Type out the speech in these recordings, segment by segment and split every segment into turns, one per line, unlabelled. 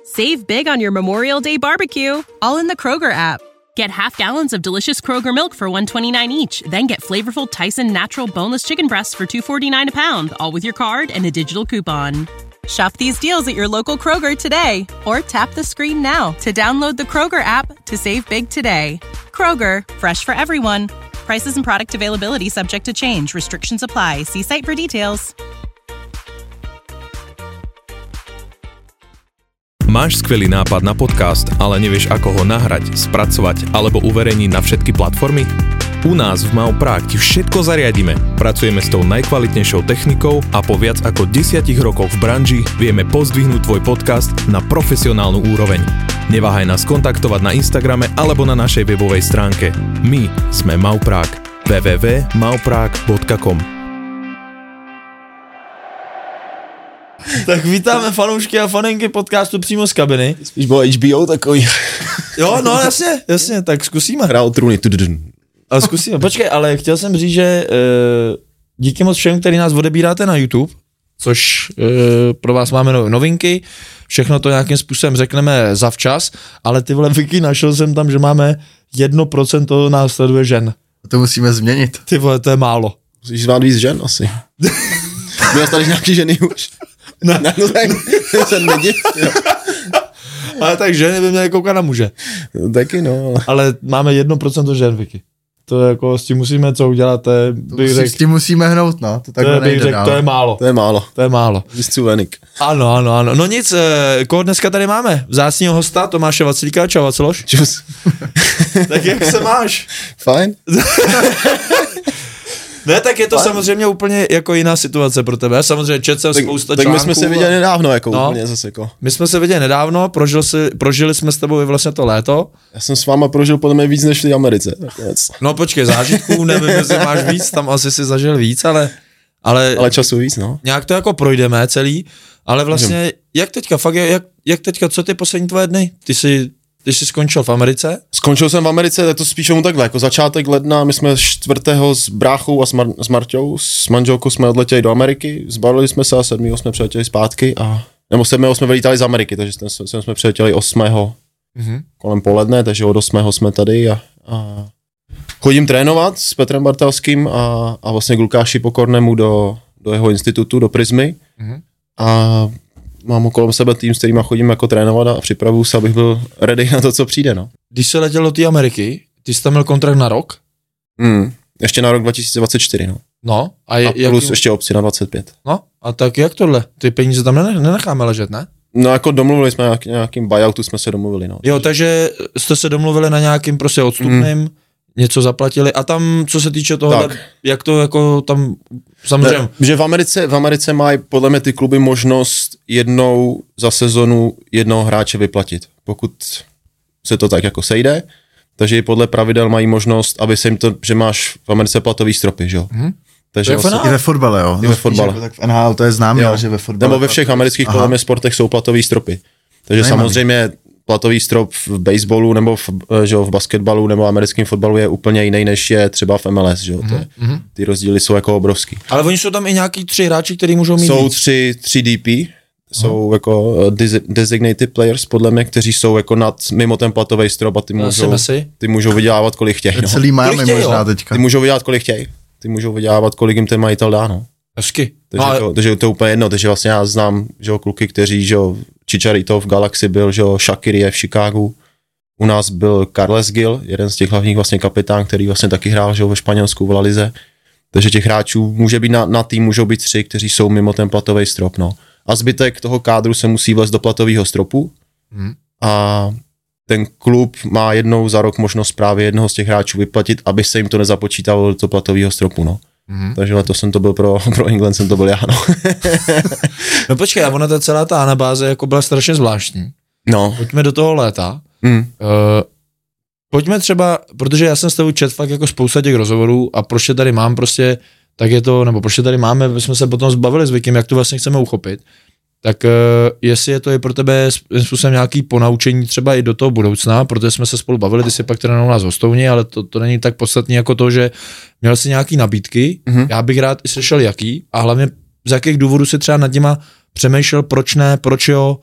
Save big on your Memorial Day barbecue, all in the Kroger app. Get half gallons of delicious Kroger milk for $1.29 each. Then get flavorful Tyson natural boneless chicken breasts for $2.49 a pound, all with your card and a digital coupon. Shop these deals at your local Kroger today, or tap the screen now to download the Kroger app to save big today. Kroger, fresh for everyone. Prices and product availability subject to change. Restrictions apply. See site for details.
Máš skvelý nápad na podcast, ale nevieš, ako ho nahrať, spracovať alebo uverejniť na všetky platformy? U nás v Mau Prague ti všetko zariadíme. Pracujeme s tou najkvalitnejšou technikou a po viac ako 10 rokoch v branži vieme pozdvihnúť tvoj podcast na profesionálnu úroveň. Neváhaj nás kontaktovať na Instagrame alebo na našej webovej stránke. My sme Mau Prague. www.mauprague.com.
Tak vítáme fanoušky a fanenky podcastu přímo z kabiny.
Spíš bylo HBO takový.
Jo, no jasně, tak zkusíme.
Hra o trůny.
Ale zkusíme, počkej, ale chtěl jsem říct, že díky moc všem, který nás odebíráte na YouTube, což pro vás máme novinky, všechno to nějakým způsobem řekneme zavčas, ale ty vole Vicky, našel jsem tam, že máme 1% nás sleduje žen.
To musíme změnit.
Ty vole, to je málo.
Musíš zvát víc žen asi. Měl tady nějaký ženy už.
Ne.
No tak se nedě.
Ale tak ženy by měly koukat na muže.
No, taky no.
Ale máme 1% žen, Vicky. To jako s tím musíme co udělat, to je, bych řekl,
s tím musíme hnout, no. To takhle nejde dál.
To je málo. To je málo.
Vyscuvenik.
Ano. No nic, koho dneska tady máme? Vzácného hosta Tomáše Vaclíka. Čau Vaceloš.
Čus.
Tak jak se máš?
Fajn.
Ne, tak je to samozřejmě úplně jako jiná situace pro tebe. Samozřejmě četl jsem spousta článků.
Tak my jsme se viděli nedávno, jako úplně zase jako.
My jsme se viděli nedávno, prožili jsme s tebou i vlastně to léto.
Já jsem s váma prožil podle mě víc než v Americe.
No počkej, zážitků, nevím, jestli máš víc, tam asi si zažil víc, ale
času víc, no.
Nějak to jako projdeme celý, ale vlastně, jak teďka, fakt, jak teďka, co ty poslední tvoje dny? Ty jsi skončil v Americe?
Skončil jsem v Americe, je to spíš tomu takhle, jako začátek ledna, my jsme 4. s bráchou a s Marťou, s manželkou jsme odletěli do Ameriky, zbalili jsme se a 7. jsme přiletěli zpátky nebo 7. jsme vylítali z Ameriky, takže jsme přiletěli 8. kolem poledne, takže od 8. jsme tady a chodím trénovat s Petrem Bartelským a vlastně k Lukáši Pokornému do jeho institutu, do Prismy a mám okolo sebe tým, s kterýma chodím jako trénovat a připravuju se, abych byl ready na to, co přijde, no.
Když se letěl do té Ameriky, ty jsi tam měl kontrakt na rok?
Ještě na rok 2024, no.
No.
A plus ještě opci na 25.
No, a tak jak tohle? Ty peníze tam nenecháme ležet, ne?
No jako domluvili jsme nějakým buyoutu, jsme se domluvili, no.
Jo, takže jste se domluvili na nějakým prostě odstupným, něco zaplatili a tam, co se týče toho, jak to jako tam samozřejmě.
Ne, že v Americe mají podle mě ty kluby možnost jednou za sezonu jednoho hráče vyplatit, pokud se to tak jako sejde, takže i podle pravidel mají možnost, aby se jim to, že máš v Americe platový stropy, že jo. Takže
vlastně, i ve fotbale, jo.
I ve fotbale.
Tak v NHL to je známé, že ve fotbale.
Nebo ve všech amerických podle mě sportech jsou platový stropy. Takže samozřejmě platový strop v baseballu nebo v basketbalu nebo americkém fotbalu je úplně jiný, než je třeba v MLS, že jo. Ty rozdíly jsou jako obrovský.
Ale oni jsou tam i nějaký 3 hráči, kteří můžou mít
jsou 3 DP, jsou jako designated players podle mě, kteří jsou jako mimo ten platový strop a ty můžou vydělávat kolik chtějí. No.
Celý Miami možná teďka.
Ty můžou vydělávat kolik chtějí. Ty můžou vydělávat kolik jim ten majitel dá, no.
Hezky.
Takže to je úplně jedno, takže vlastně já znám, že kluky, kteří, že Chicharito v Galaxy byl, že Shaqiri je v Chicagu, u nás byl Carles Gil, jeden z těch hlavních vlastně kapitán, který vlastně taky hrál, že ve Španělsku v La Lize, takže těch hráčů může být na tým, můžou být 3, kteří jsou mimo ten platový strop, no. A zbytek toho kádru se musí vlézt do platového stropu a ten klub má jednou za rok možnost právě jednoho z těch hráčů vyplatit, aby se jim to nezapočítalo do platového stropu, no. Takže letos jsem to byl pro England, jsem to byl já, no.
No počkej, a ona ta celá ta anabáze jako byla strašně zvláštní.
No.
Pojďme do toho léta. Pojďme třeba, protože já jsem s tebou čet fakt jako spousta těch rozhovorů a proč je tady mám prostě, tak je to, nebo proč je tady máme, my jsme se potom zbavili s Vikim, jak to vlastně chceme uchopit. Tak jestli je to i pro tebe způsobem nějaký ponaučení třeba i do toho budoucna, protože jsme se spolu bavili, ty jsi pak trénoval nás Hostouni, ale to není tak podstatné jako to, že měl jsi nějaký nabídky, já bych rád i slyšel jaký a hlavně z jakých důvodů si třeba nad nima přemýšlel, proč ne, proč jo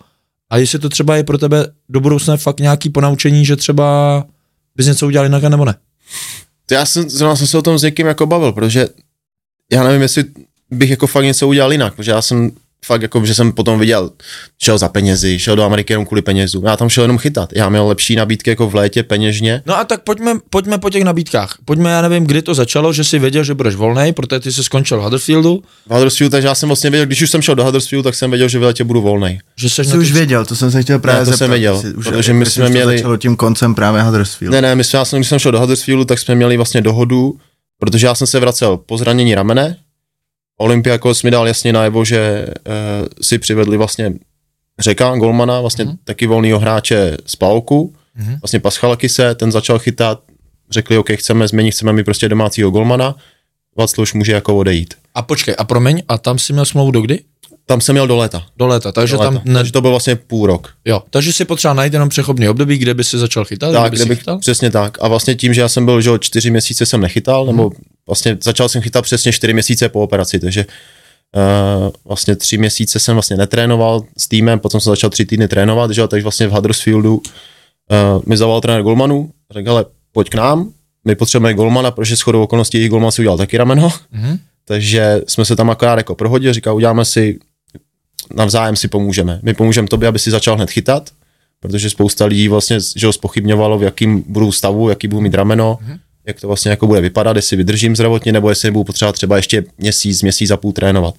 A jestli to třeba je pro tebe do budoucna fakt nějaký ponaučení, že třeba bys něco udělal jinak, nebo ne?
Já jsem se o tom s někým jako bavil, protože já nevím, jestli bych jako fakt něco udělal jinak, protože já jsem fakt jako, že jsem potom viděl, šel za penězi, šel do Ameriky jenom kvůli penězům. Já tam šel jenom chytat. Já měl lepší nabídky jako v létě peněžně.
No a tak pojďme po těch nabídkách. Pojďme, já nevím, kdy to začalo, že jsi věděl, že budeš volnej, protože ty jsi skončil v Huddersfieldu.
V Huddersfieldu, takže já jsem vlastně věděl, když už jsem šel do Huddersfieldu, tak jsem věděl, že v létě budu volnej.
Že
jsi už věděl, to jsem se chtěl právě zeptat.
To jsem věděl, protože my jsme měli
začalo tím koncem právě Huddersfield.
Ne, když jsem šel do Huddersfieldu, tak jsme měli vlastně dohodu, protože já jsem se vracel po zranění ramene. Olympiakos mi dal jasně najevo, že si přivedli vlastně Řeka, golmana, vlastně taky volnýho hráče z PAOKu, vlastně Paschalakise, ten začal chytat, řekli, OK, chceme mi prostě domácího golmana, Václav už může jako odejít.
A počkej, a promiň, a tam jsi měl smlouvu do kdy?
Tam jsem měl do léta.
Takže tam...
Takže to byl vlastně půl rok.
Jo, takže si potřeba najít jenom přechodný období, kde by si začal chytat?
Tak, přesně tak. A vlastně tím, že já jsem byl, že 4 měsíce jsem nechytal, nebo vlastně začal jsem chytat přesně 4 měsíce po operaci, takže vlastně 3 měsíce jsem vlastně netrénoval s týmem, potom jsem začal 3 týdny trénovat, že? Takže vlastně v Huddersfieldu mi zavolal trenér golmanů, řekl, hele, pojď k nám, my potřebujeme golmana, protože shodou okolností jejich golman si udělal taky rameno, takže jsme se tam akorát jako prohodili, říkal, uděláme si, navzájem si pomůžeme. My pomůžeme tobě, aby si začal hned chytat, protože spousta lidí vlastně, že ho zpochybňovalo, v jakým budu stavu, jaký budu mít rameno, jak to vlastně jako bude vypadat, jestli vydržím zdravotně, nebo jestli budu potřebovat třeba ještě měsíc a půl trénovat.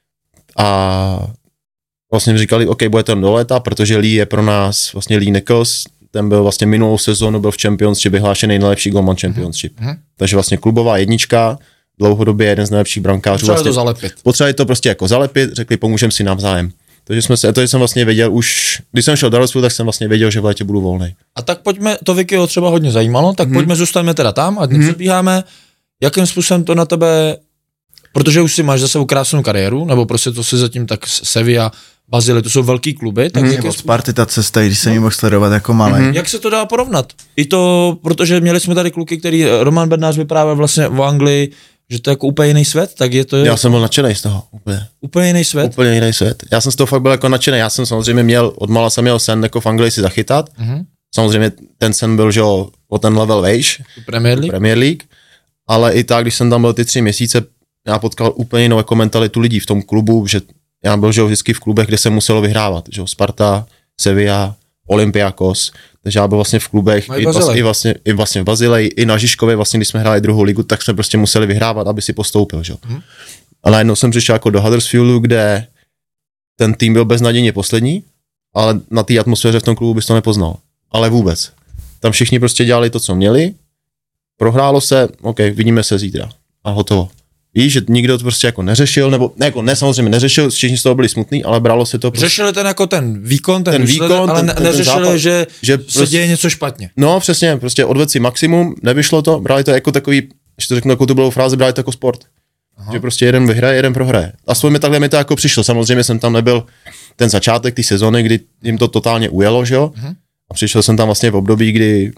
A vlastně mi říkali, OK, bude to do léta, protože Lee je pro nás, vlastně Lee Nichols, ten byl vlastně minulou sezónu, byl v Championship vyhlášený nejlepší golman Championship. Takže vlastně klubová jednička, dlouhodobě jeden z nejlepších brankářů. Potřebovali to prostě jako zalepit, řekli, pomůžeme si navzájem. Takže jsem vlastně věděl už, když jsem šel do Huddersfieldu, tak jsem vlastně věděl, že v létě budu volnej.
A tak pojďme, to Vickyho třeba hodně zajímalo, tak pojďme, zůstaneme teda tam a nepředbíháme, jakým způsobem to na tebe, protože už si máš za sebou krásnou kariéru, nebo prostě to si zatím tak Sevilla, Bazile, to jsou velký kluby. Tak
od Sparty ta cesta, když jsem ji mohl sledovat jako malý.
Jak se to dá porovnat? I to, protože měli jsme tady kluky, který Roman Bednář vyprávěl vlastně v Anglii, že to je jako úplně jiný svět, tak je to...
Já jsem byl nadšenej z toho,
Úplně jiný svět?
Úplně jiný svět. Já jsem z toho fakt byl jako nadšenej, já jsem samozřejmě odmala jsem měl sen jako v Anglii si zachytat. Samozřejmě ten sen byl, že o ten level vejš, Premier League, ale i tak, když jsem tam byl ty 3 měsíce, já potkal úplně jinou jako mentalitu lidí v tom klubu, že já byl, že vždycky v klubech, kde se muselo vyhrávat, že Sparta, Sevilla, Olympiakos, takže já byl vlastně v klubech, i vlastně v Bazileji, i na Žižkově, vlastně když jsme hráli druhou ligu, tak jsme prostě museli vyhrávat, aby si postoupil, že? A najednou jsem přišel jako do Huddersfieldu, kde ten tým byl beznadějně poslední, ale na té atmosféře v tom klubu bys to nepoznal. Ale vůbec. Tam všichni prostě dělali to, co měli, prohrálo se, OK, vidíme se zítra a hotovo. Víš, že nikdo to prostě jako neřešil, nebo ne, samozřejmě neřešil, všichni z toho byli smutný, ale bralo se to prostě.
Řešili ten výkon, ale neřešili, že se prostě děje něco špatně.
No přesně, prostě odved si maximum, nevyšlo to, brali to jako takový, když to řeknu, jako tu bylo frázi, brali to jako sport. Aha. Že prostě jeden vyhraje, jeden prohraje. A svojmi takhle mi to jako přišlo, samozřejmě jsem tam nebyl ten začátek té sezony, kdy jim to totálně ujelo, že jo? A přišel jsem tam vlastně v období, kdy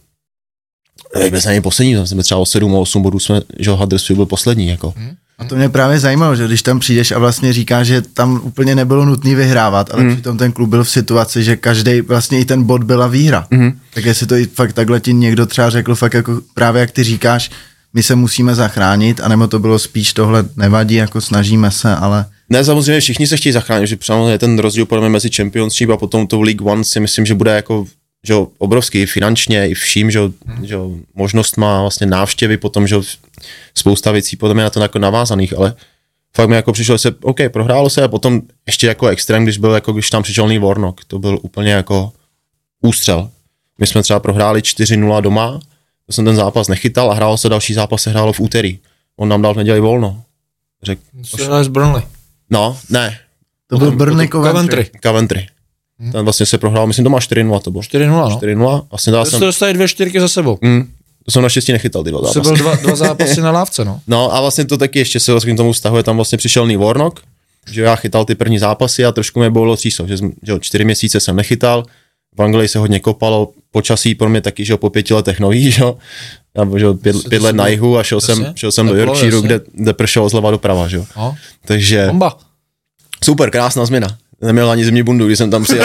bez něj poslední, tam jsme třeba o 7-8 bodů jsme, že Huddersfield byl poslední, jako.
A to mě právě zajímalo, že když tam přijdeš a vlastně říkáš, že tam úplně nebylo nutné vyhrávat, ale přitom ten klub byl v situaci, že každý vlastně i ten bod byla výhra. Tak jestli to i fakt takhle ti někdo třeba řekl fakt jako právě jak ty říkáš, my se musíme zachránit, anebo to bylo spíš tohle nevadí, jako snažíme se, ale...
Ne, samozřejmě všichni se chtějí zachránit, že samozřejmě ten rozdíl podle mě mezi Championship a potom tou League One si myslím, že bude jako že obrovský finančně i vším, že možnost má vlastně návštěvy, potom, že spousta věcí potom je na to jako navázaných, ale fakt mi jako přišlo se, OK, prohrálo se a potom ještě jako extrém, když tam přišel Neil Warnock, to byl úplně jako ústřel. My jsme třeba prohráli 4-0 doma, to jsem ten zápas nechytal a hrálo se další zápas, se hrálo v úterý. On nám dal v neděli volno.
Z Burnley.
No, ne.
To byl Burnley
Coventry. Ten vlastně se prohrál, myslím doma 4-0 to bylo.
4-0, no.
4-0. Vlastně
to jste dostali 2 4 za sebou.
To jsem naštěstí nechytal ty 2 zápasy.
To byl 2 zápasy na lávce, no.
No a vlastně to taky ještě se k tomu vztahuje, tam vlastně přišel Neil Warnock, že já chytal ty první zápasy a trošku mě bylo tříso, že 4 měsíce jsem nechytal, v Anglii se hodně kopalo, počasí pro mě taky, že po 5 letech nový, že já byl 5 let na jihu a šel jsem do Yorkshireu, kde pršelo zleva doprava, že jo. Takže
bomba.
Super, krásná změna. neměl ani zimní bundu, když jsem tam přijel.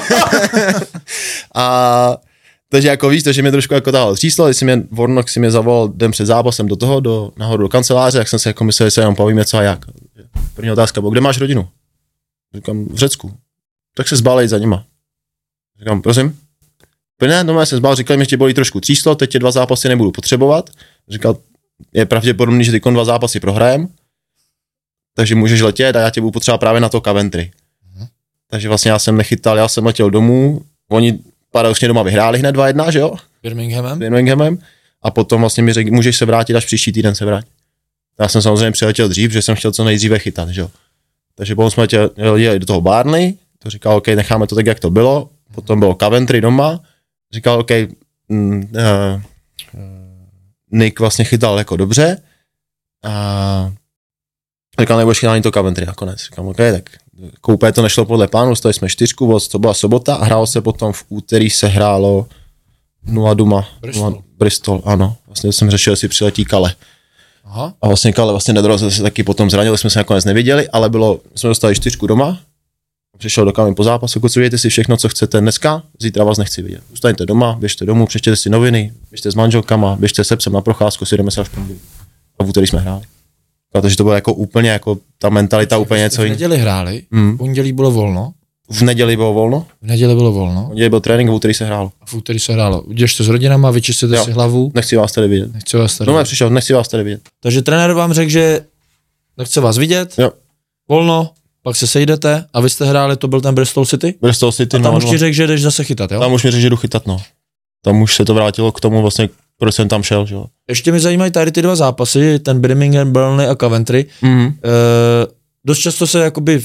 A takže jako víš, takže mě trošku jako tahal tříslo, když si mě Warnock si mě zavolal den před zápasem do toho, nahoru do kanceláře, jak jsem se jako myslel, že se jenom povíme co a jak. První otázka byla, kde máš rodinu? Říkám, v Řecku. Tak se zbálej za nima. Říkám, prosím? Ne, no já jsem zbál, říkal mi, že tě bolí trošku tříslo, teď tě 2 zápasy nebudu potřebovat. Říkal, je pravděpodobný, že ty 2 zápasy prohrajem, takže můžeš letět a já tě budu potřebovat právě na to Coventry. Takže vlastně já jsem nechytal, já jsem letěl domů, oni paradoxně doma vyhráli hned 2-1, že jo? Birminghamem. A potom vlastně mi řekl, můžeš se vrátit, až příští týden se vrátit. Já jsem samozřejmě přiletěl dřív, že jsem chtěl co nejdříve chytat, že jo? Takže potom jsme jeli do toho Barnley, to říkal, OK, necháme to tak, jak to bylo, potom bylo Coventry doma, říkal, OK, Nick vlastně chytal jako dobře a říkal, nebudeš chytat ani to Coventry nakonec. Říkám, OK, tak úplně to nešlo podle plánu, dostali jsme 4, to byla sobota a hrálo se potom v úterý se hrálo 0 doma. Bristol, ano. Vlastně jsem řešil, jestli přiletí Kale.
Aha.
A vlastně Kale vlastně nedorazil, se taky potom zranili, jsme se nakonec neviděli, ale jsme dostali 4 doma. Přišel do Kamy po zápasu, kluci, udějte si všechno, co chcete dneska, zítra vás nechci vidět. Zůstaňte doma, běžte domů, přečtěte si noviny, běžte s manželkama, běžte se psem na procházku, si jdeme se až pondělí. A v úterý jsme hráli. Takže to bylo jako úplně, jako ta mentalita úplně něco jiného.
V neděli hráli, v pondělí bylo volno.
V neděli bylo volno?
V neděli bylo volno.
V neděli byl trénink, v úterý se hrálo.
A v úterý se hrálo. Jdete s rodinama, vyčistíte si hlavu.
Nechci vás tady vidět. No, přišel, nechci vás tady vidět.
Takže trenér vám řekl, že nechce vás vidět.
Jo.
Volno, pak se sejdete a vy jste hráli, to byl ten Bristol City?
Bristol City,
a tam už ti řekl, že jdeš zase chytat, jo?
Tam už mi řekl, že jdu chytat, no. Tam už se to vrátilo k tomu vlastně, proč jsem tam šel, že jo.
Ještě mi zajímají tady ty 2 zápasy, ten Birmingham, Burnley a Coventry. Dost často se jakoby,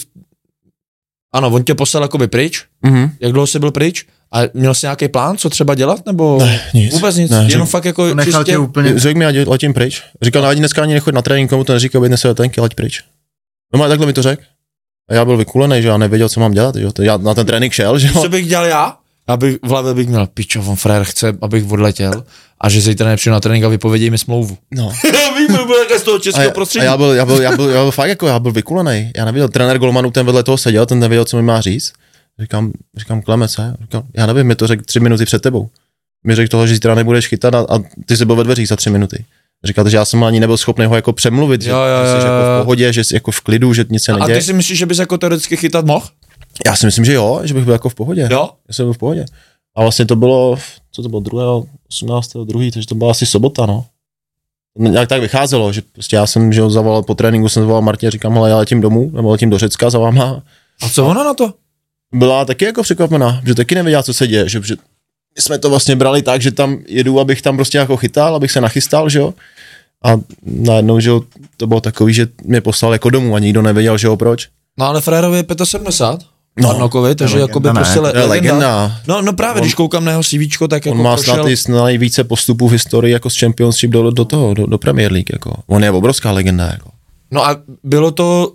ano, on tě poslal jakoby pryč, jak dlouho jsi byl pryč? A měl jsi nějaký plán, co třeba dělat, nebo
ne, nic.
Vůbec nic,
ne,
jenom fakt jako
nechal
čistě...
Tě úplně...
Řekl mi, ať letím pryč. Říkal, no, dneska ani nechoď na trénink, komu to neříkal, objedne se letenky, leď pryč. No takhle mi to řekl. A já byl vykulený, že já nevěděl, co mám dělat, že jo. Já na ten trénink šel, že jo.
Co bych dělal já? V hlavě bych měl, pičo, on frajer chce, abych odletěl a že zítra nepřijdu na trénink a vypověděj mi smlouvu.
No.
Víme, byl z toho českého prostředí.
A já byl fakt jako, já byl vykulený. Já nevěděl, trenér Golmanů ten vedle toho seděl, ten nevěděl, co mi má říct. Říkám Klemec, já nevím, mi to řekl 3 minuty před tebou. Mi řekl toho, že zítra nebudeš chytat a ty jsi byl ve dveřích za 3 minuty. Říkal, že já jsem ani nebyl schopný ho jako přemluvit, že jsi jako v pohodě, že jsi jako v klidu, že nic se neděje.
A ty si myslíš, že bys jako teoreticky chytat mohl?
Já si myslím, že jo, že bych byl jako v pohodě.
Jo?
Já jsem byl v pohodě. A vlastně to bylo, co to bylo, 18.2., takže to byla asi sobota, no. Jak tak vycházelo, že prostě já jsem že zavolal po tréninku, jsem zavolal Martě, říkám, hele, já letím domů, nebo letím do Řecka za váma.
A co ona na to?
Byla taky jako překvapená, že taky nevěděla, co se děje, že jsme to vlastně brali tak, že tam jedu, abych tam prostě jako chytal, abych se nachystal, že jo. A najednou, že to bylo takový, že mě poslal jako domů a nikdo nevěděl, že jo, proč.
No ale Frérovi je 75.
No,
Arnokovi, takže jakoby prostě
legenda.
No právě, když koukám na jeho CVčko, tak jako
on má snad i nejvíce postupů v historii jako z Championship do Premier League, jako. On je obrovská legenda, jako.
No a bylo to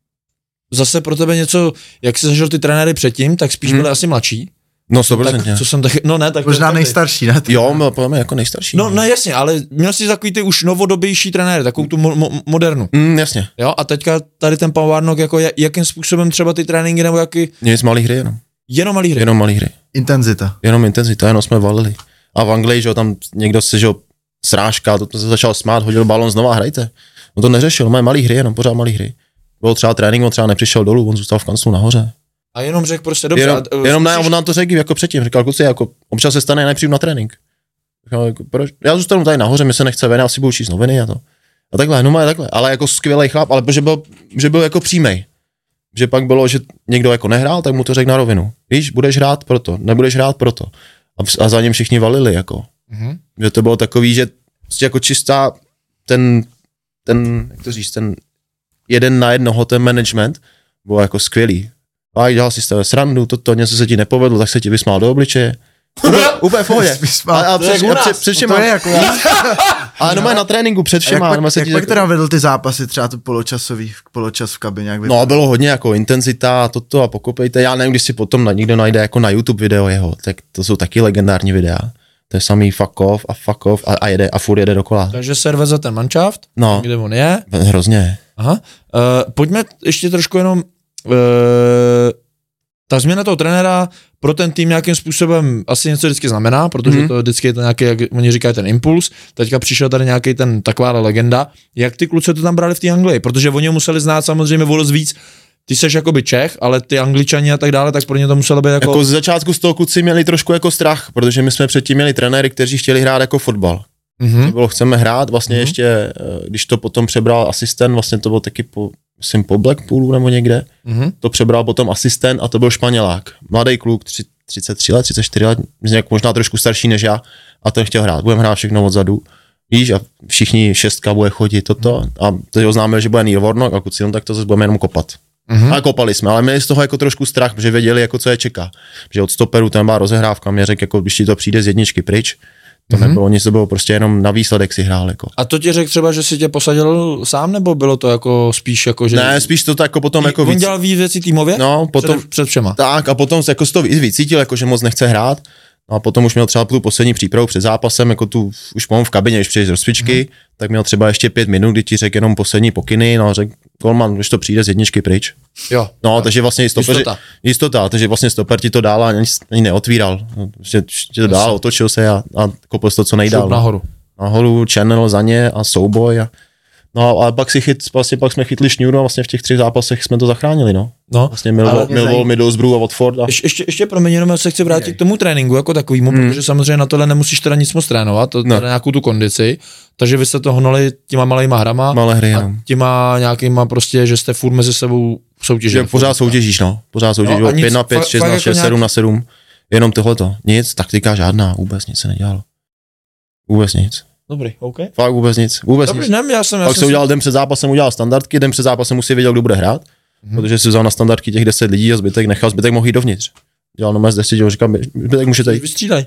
zase pro tebe něco, jak jsi zažil ty trenéry předtím, tak spíš byli asi mladší.
No 100%.
Tak, co jsem taky, no ne, tak
možná nejstarší, ne?
Jo, byl podle mě jako nejstarší.
No jasně, ale měl jsi takový ty už novodobější trenéry, takovou tu modernu.
Jasně.
Jo, a teďka tady ten pan Warnock, jako jakým způsobem třeba ty tréninky, nebo jaký...
Nic malý hry jenom.
Jenom malý hry?
Jenom malý hry.
Intenzita.
Jenom intenzita, jenom jsme valili. A v Anglii, že tam někdo se, že srážka, to se začal smát, hodil balon, znova hrajte. On to neřešil, má malý hry, jenom pořád malý hry. Byl třeba trénink, on třeba nepřišel dolů, on zůstal v kanclu nahoře.
A jenom řekl prostě dobře.
Jenom ne, on nám to řekl jako předtím, říkal, kluci, jako občas se stane, nepřijdu na trénink. Říkal, jako, proč? Já zůstanu tady nahoře, mi se nechce ven, já si budu číst noviny a to. A takhle, no má takhle, ale jako skvělý chlap, ale že byl jako přímej. Že pak bylo, že někdo jako nehrál, tak mu to řekl na rovinu. Víš, budeš hrát proto, nebudeš hrát proto. A za ním všichni valili, jako. Mm-hmm. Že to bylo takový, že prostě jako čistá ten, jak to říct, ten 1 na 1 ten management bylo jako skvělý. A dělal si z tebe srandu, toto něco se ti nepovedlo, tak se ti vysmál do obličeje. Úplně v pohodě. A před všema. Ale no na tréninku před všema.
Jak pak teda vedl ty zápasy, třeba to poločas v kabině?
No bylo hodně jako intenzita a toto a pokopejte. Já nevím, když si potom někdo najde jako na YouTube video jeho, tak to jsou taky legendární videa. To je samý fuck off a jede a furt jede dokola.
Takže serve za ten manšaft,
no,
kde on je.
Hrozně.
Aha. Pojďme ještě trošku jenom Ta změna toho trenéra pro ten tým nějakým způsobem asi něco vždycky znamená, protože to vždycky je to nějaký, jak oni říkají, ten impuls. Teďka přišel tady nějaký ten taková legenda. Jak ty kluci to tam brali v té Anglii? Protože oni ho museli znát samozřejmě volit víc. Ty seš jakoby Čech, ale ty Angličani a tak dále, tak pro ně to muselo být jako
z začátku z toho kluci měli trošku jako strach, protože my jsme předtím měli trenéry, kteří chtěli hrát jako fotbal. To bylo, chceme hrát, vlastně ještě, když to potom přebral asistent, vlastně to bylo taky po Blackpoolu nebo někde, to přebral potom asistent a to byl Španělák. Mladý kluk, 33 let, 34 let, možná trošku starší než já, a ten chtěl hrát. Budeme hrát všechno odzadu. Víš, a všichni šestka bude chodit toto, a teď oznámil, že bude Neil Warnock, a kluci, tak to zase budeme jenom kopat. A kopali jsme, ale měli z toho jako trošku strach, protože věděli, jako co je čeká. Že od stoperu tam byla rozehrávka, mě řekl, jako když ti to přijde z jedničky pryč, to nebylo nic, to bylo prostě jenom na výsledek si hrál. Jako.
A to ti řekl třeba, že si tě posadil sám, nebo bylo to jako spíš jako, že...
Ne, spíš to tak jako potom jako
víc... On dělal víc věcí týmově?
No, potom...
Před všema.
Tak, a potom jako to víc cítil, jako že moc nechce hrát. No a potom už měl třeba tu poslední přípravu před zápasem, jako tu už mám v kabině, když přijdeš do cvičky, tak měl třeba ještě 5 minut, kdy ti řekl jenom poslední pokyny, no a řekl, golman, když to přijde z jedničky pryč.
Jo.
No, takže vlastně jistota, takže vlastně stoper ti to dál a ani neotvíral. Že to dál, otočil se a kopl to, co nejdál. Nahoru, channel za ně a souboj. No a pak pak jsme chytli šňůru a vlastně v těch 3 zápasech jsme to zachránili, no. Vlastně Millwall, Middlesbrough a Watford.
Ještě promiň, jenom se chci vrátit k tomu tréninku jako takovýmu, protože samozřejmě na tohle nemusíš teda nic moc trénovat, teda nějakou tu kondici, takže vy jste to hnuli těma malejma hrama a těma nějakýma prostě, že jste furt mezi sebou soutěžili.
Pořád soutěžíš, no. Pořád soutěžíš, 5 na 5, 6 na 6, 7 na 7, jenom tohleto. Nic, taktika žádná, vůbec nic se nedělalo. Vůbec nic.
Dobrý, OK.
Fakt vůbec nic.
Dobrý, ne,
Pak se udělal den před zápasem, udělal standardky, den před zápasem musí věděl, kdo bude hrát, protože si vzal na standardky těch 10 lidí a zbytek mohl jít dovnitř. Dělal només 10, říkám, zbytek můžete jít.
Vystřídaj.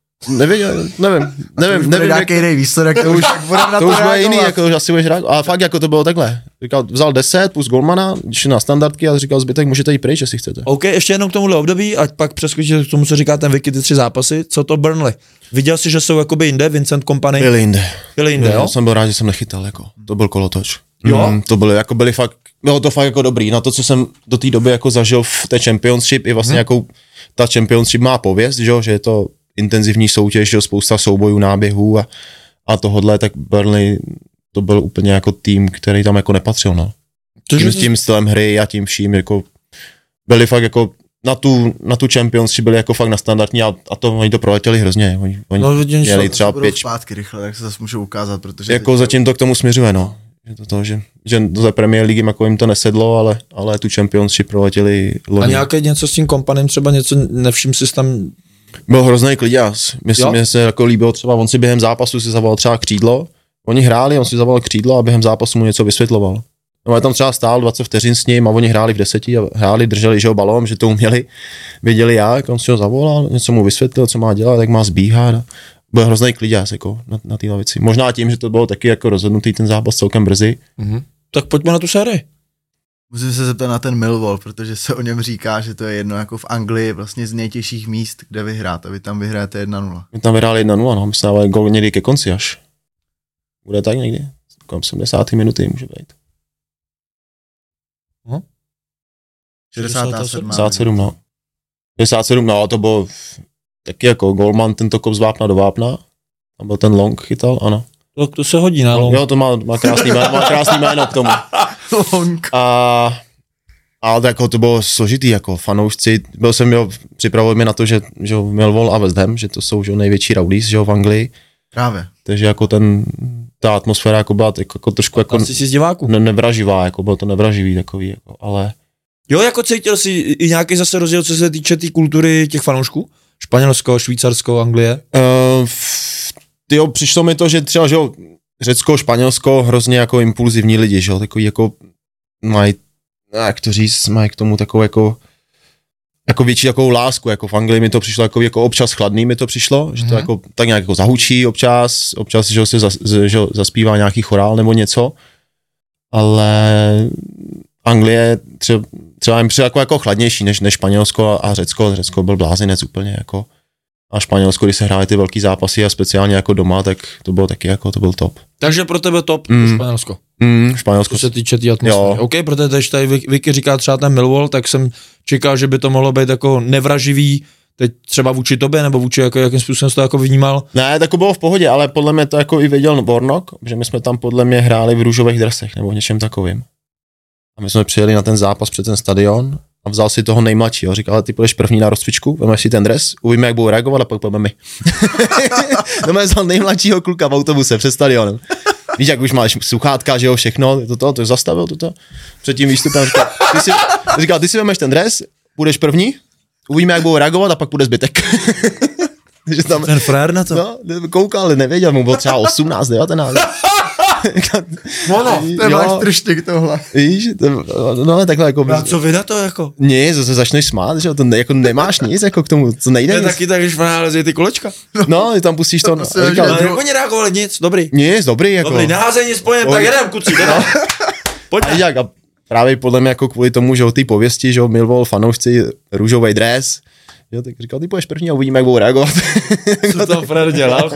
Nevím.
Nějaký jiný výsledek, to už
bude jiný, jako asi budeš hrát, ale fakt jako to bylo takhle. Říkal, vzal 10 plus golmana, šel na standardky a říkal, zbytek můžete jít pryč, jestli chcete.
OK, ještě jenom k tomuhle období, ať pak přeskočíte k tomu, co říká ten Vicky, ty 3 zápasy, co to Burnley? Viděl jsi, že jsou jakoby jinde, Vincent Kompany?
Byli jinde,
jo?
Jsem byl rád, že jsem nechytal, jako. To byl kolotoč.
Jo?
To byly fakt, bylo to fakt jako dobrý, na to, co jsem do té doby jako zažil v té Championship, i vlastně jako ta Championship má pověst, že je to intenzivní soutěž, že spousta soubojů, náběhů a tohodle, tak Burnley to byl úplně jako tým, který tam jako nepatřil, no. S tím stylem hry a tím vším, jako byli fakt jako na tu Championship byli jako fakt na standardní a to oni to proletěli hrozně. Oni měli třeba 5
zpátky rychle, tak se zase můžou ukázat, protože
jako zatím to k tomu směřuje, no. Že do té Premier Ligy jako jim to nesedlo, ale tu Championship proletěli loni.
A nějaké něco s tím Kompanem, třeba něco, nevšim si tam...
Byl hrozný kliďás. Mně se jako líbilo třeba, on si během zápasu si zavolal třeba křídlo, oni hráli, on si zavolal křídlo a během zápasu mu něco vysvětloval. No, tam třeba stál 20 vteřin s ním a oni hráli v 10 a hráli, drželi, že ho balón, že to uměli, věděli jak, on si ho zavolal, něco mu vysvětlil, co má dělat, jak má zbíhat. Byl hrozný kliďás jako na té lavici. Možná tím, že to bylo taky jako rozhodnutý ten zápas celkem brzy.
Tak pojďme na tu sérii.
Musím se zeptat na ten Millwall, protože se o něm říká, že to je jedno jako v Anglii vlastně z nejtěžších míst, kde vyhrát a vy tam vyhráte 1-0.
My tam vyhráli 1-0, no, my jsme dávali gol někdy ke konci až. Bude tak někdy, kolem 70. minuty může být. 67, no. 67, no, to bylo taky jako golman, tento kop z vápna do vápna. Tam byl ten long chytal, ano.
To se hodí na long.
Jo, to má krásný jméno k tomu.
Long.
A jako to bylo složitý, jako fanoušci, připravovali mě na to, že Millwall a West Ham, že to jsou že největší rowdies, že v Anglii.
Právě.
Takže jako ta atmosféra jako byla jako trošku jako nevraživá, jako bylo to nevraživý takový, jako, ale...
Jo, jako cítil jsi i nějaký zase rozdíl, co se týče té kultury těch fanoušků? Španělsko, Švýcarsko, Anglie?
Přišlo mi to, že třeba, že Řecko, Španělsko, hrozně jako impulzivní lidi, že jo, takový jako mají, jak to říct, mají k tomu takovou jako větší takovou lásku, jako v Anglii mi to přišlo jako občas chladný mi to přišlo, že to jako tak nějak jako zahučí občas, že se zaspívá nějaký chorál nebo něco, ale Anglie třeba jim přišlo jako chladnější než Španělsko a Řecko byl blázinec úplně jako. A Španělsko, když se hrály ty velký zápasy a speciálně jako doma, tak to bylo taky jako, to byl top.
Takže pro tebe top Španělsko.
Španělsko.
Co se týče té atmosféry. OK, protože teď tady Vicky říká třeba ten Millwall, tak jsem čekal, že by to mohlo být jako nevraživý, teď třeba vůči tobě, nebo vůči jakým způsobem jsi to jako vnímal?
Ne, tak bylo v pohodě, ale podle mě to jako i věděl Warnock, že my jsme tam podle mě hráli v růžových dresech nebo v něčem takovým. A my jsme přijeli na ten zápas před ten stadion a vzal si toho nejmladšího. Říkal, ale ty půjdeš první na rozcvičku, vemeš si ten dres, uvidíme, jak budou reagovat a pak pojďme my. To mě vzal nejmladšího kluka v autobuse před stadionem. Víš, jak už máš sluchátka, že jo, všechno, to zastavil toto. Před tím výstupem říkal, ty si vemeš ten dres, budeš první, uvidíme, jak budou reagovat a pak půjde zbytek.
Ten frajer na to?
No, koukal, ale nevěděl, mu bylo třeba 18, 19.
To máš trštěk tohle.
Víš, no takhle jako...
A co vy na to jako?
Nic, zase začneš smát, že to jako nemáš nic jako k tomu, co nejde.
To je taky tak, když nahází ty kolečka.
No, ty tam pustíš to.
Ale oni reagovali nic, dobrý.
Nic, dobrý jako.
Dobrý, naházej nic spojen, tak jedem, kuci, jdeme. Pojďme.
A právě podle mě jako kvůli tomu, že o té pověsti, že Millwall fanoušci, růžový dres, jo, tak říkal, ty půjdeš první a uvidíme, jak budou reagovat.
Co to Fred dělal?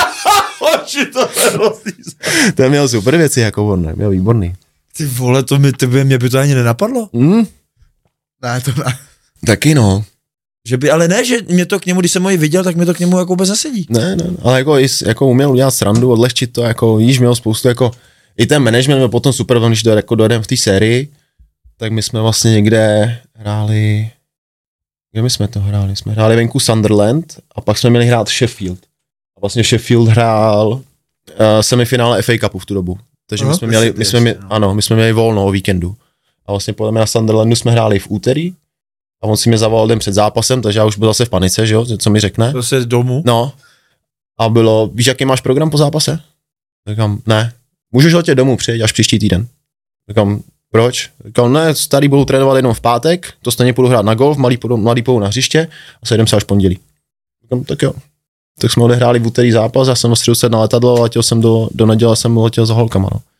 To měl super věci, jako on, měl výborný.
Ty vole, mě by to ani nenapadlo.
Ne, to ne.
Taky no.
Že by, ale ne, že mě to k němu, když jsem ho viděl, tak mě to k němu jako vůbec nesedí.
Ne, ale jako uměl udělat srandu, odlehčit to, jako již měl spoustu, jako i ten management byl potom super, když jako dojedeme v té sérii, tak my jsme vlastně někde hráli, kde my jsme to hráli? Jsme hráli venku Sunderland a pak jsme měli hrát Sheffield. A vlastně Sheffield hrál semifinále FA Cupu v tu dobu. Takže my jsme měli volno o víkendu. A vlastně podle mě na Sunderlandu jsme hráli v úterý a on si mě zavolal den před zápasem, takže já už byl zase v panice, že jo, co mi řekne.
To se domů?
No. A bylo, víš, jaký máš program po zápase? Říkám, ne. Můžeš letět domů, přijeď až příští týden. Říkám, proč? Říkám, ne, starý budou trénovat jenom v pátek, to stejně půjdu hrát na golf, mladý půjdu na hřiště a sejdem se až pondělí. Říkám, tak jo. Tak jsme odehráli v úterý zápas, já jsem středu sedl na letadlo a letěl jsem do neděle, jsem letěl za holkama, no.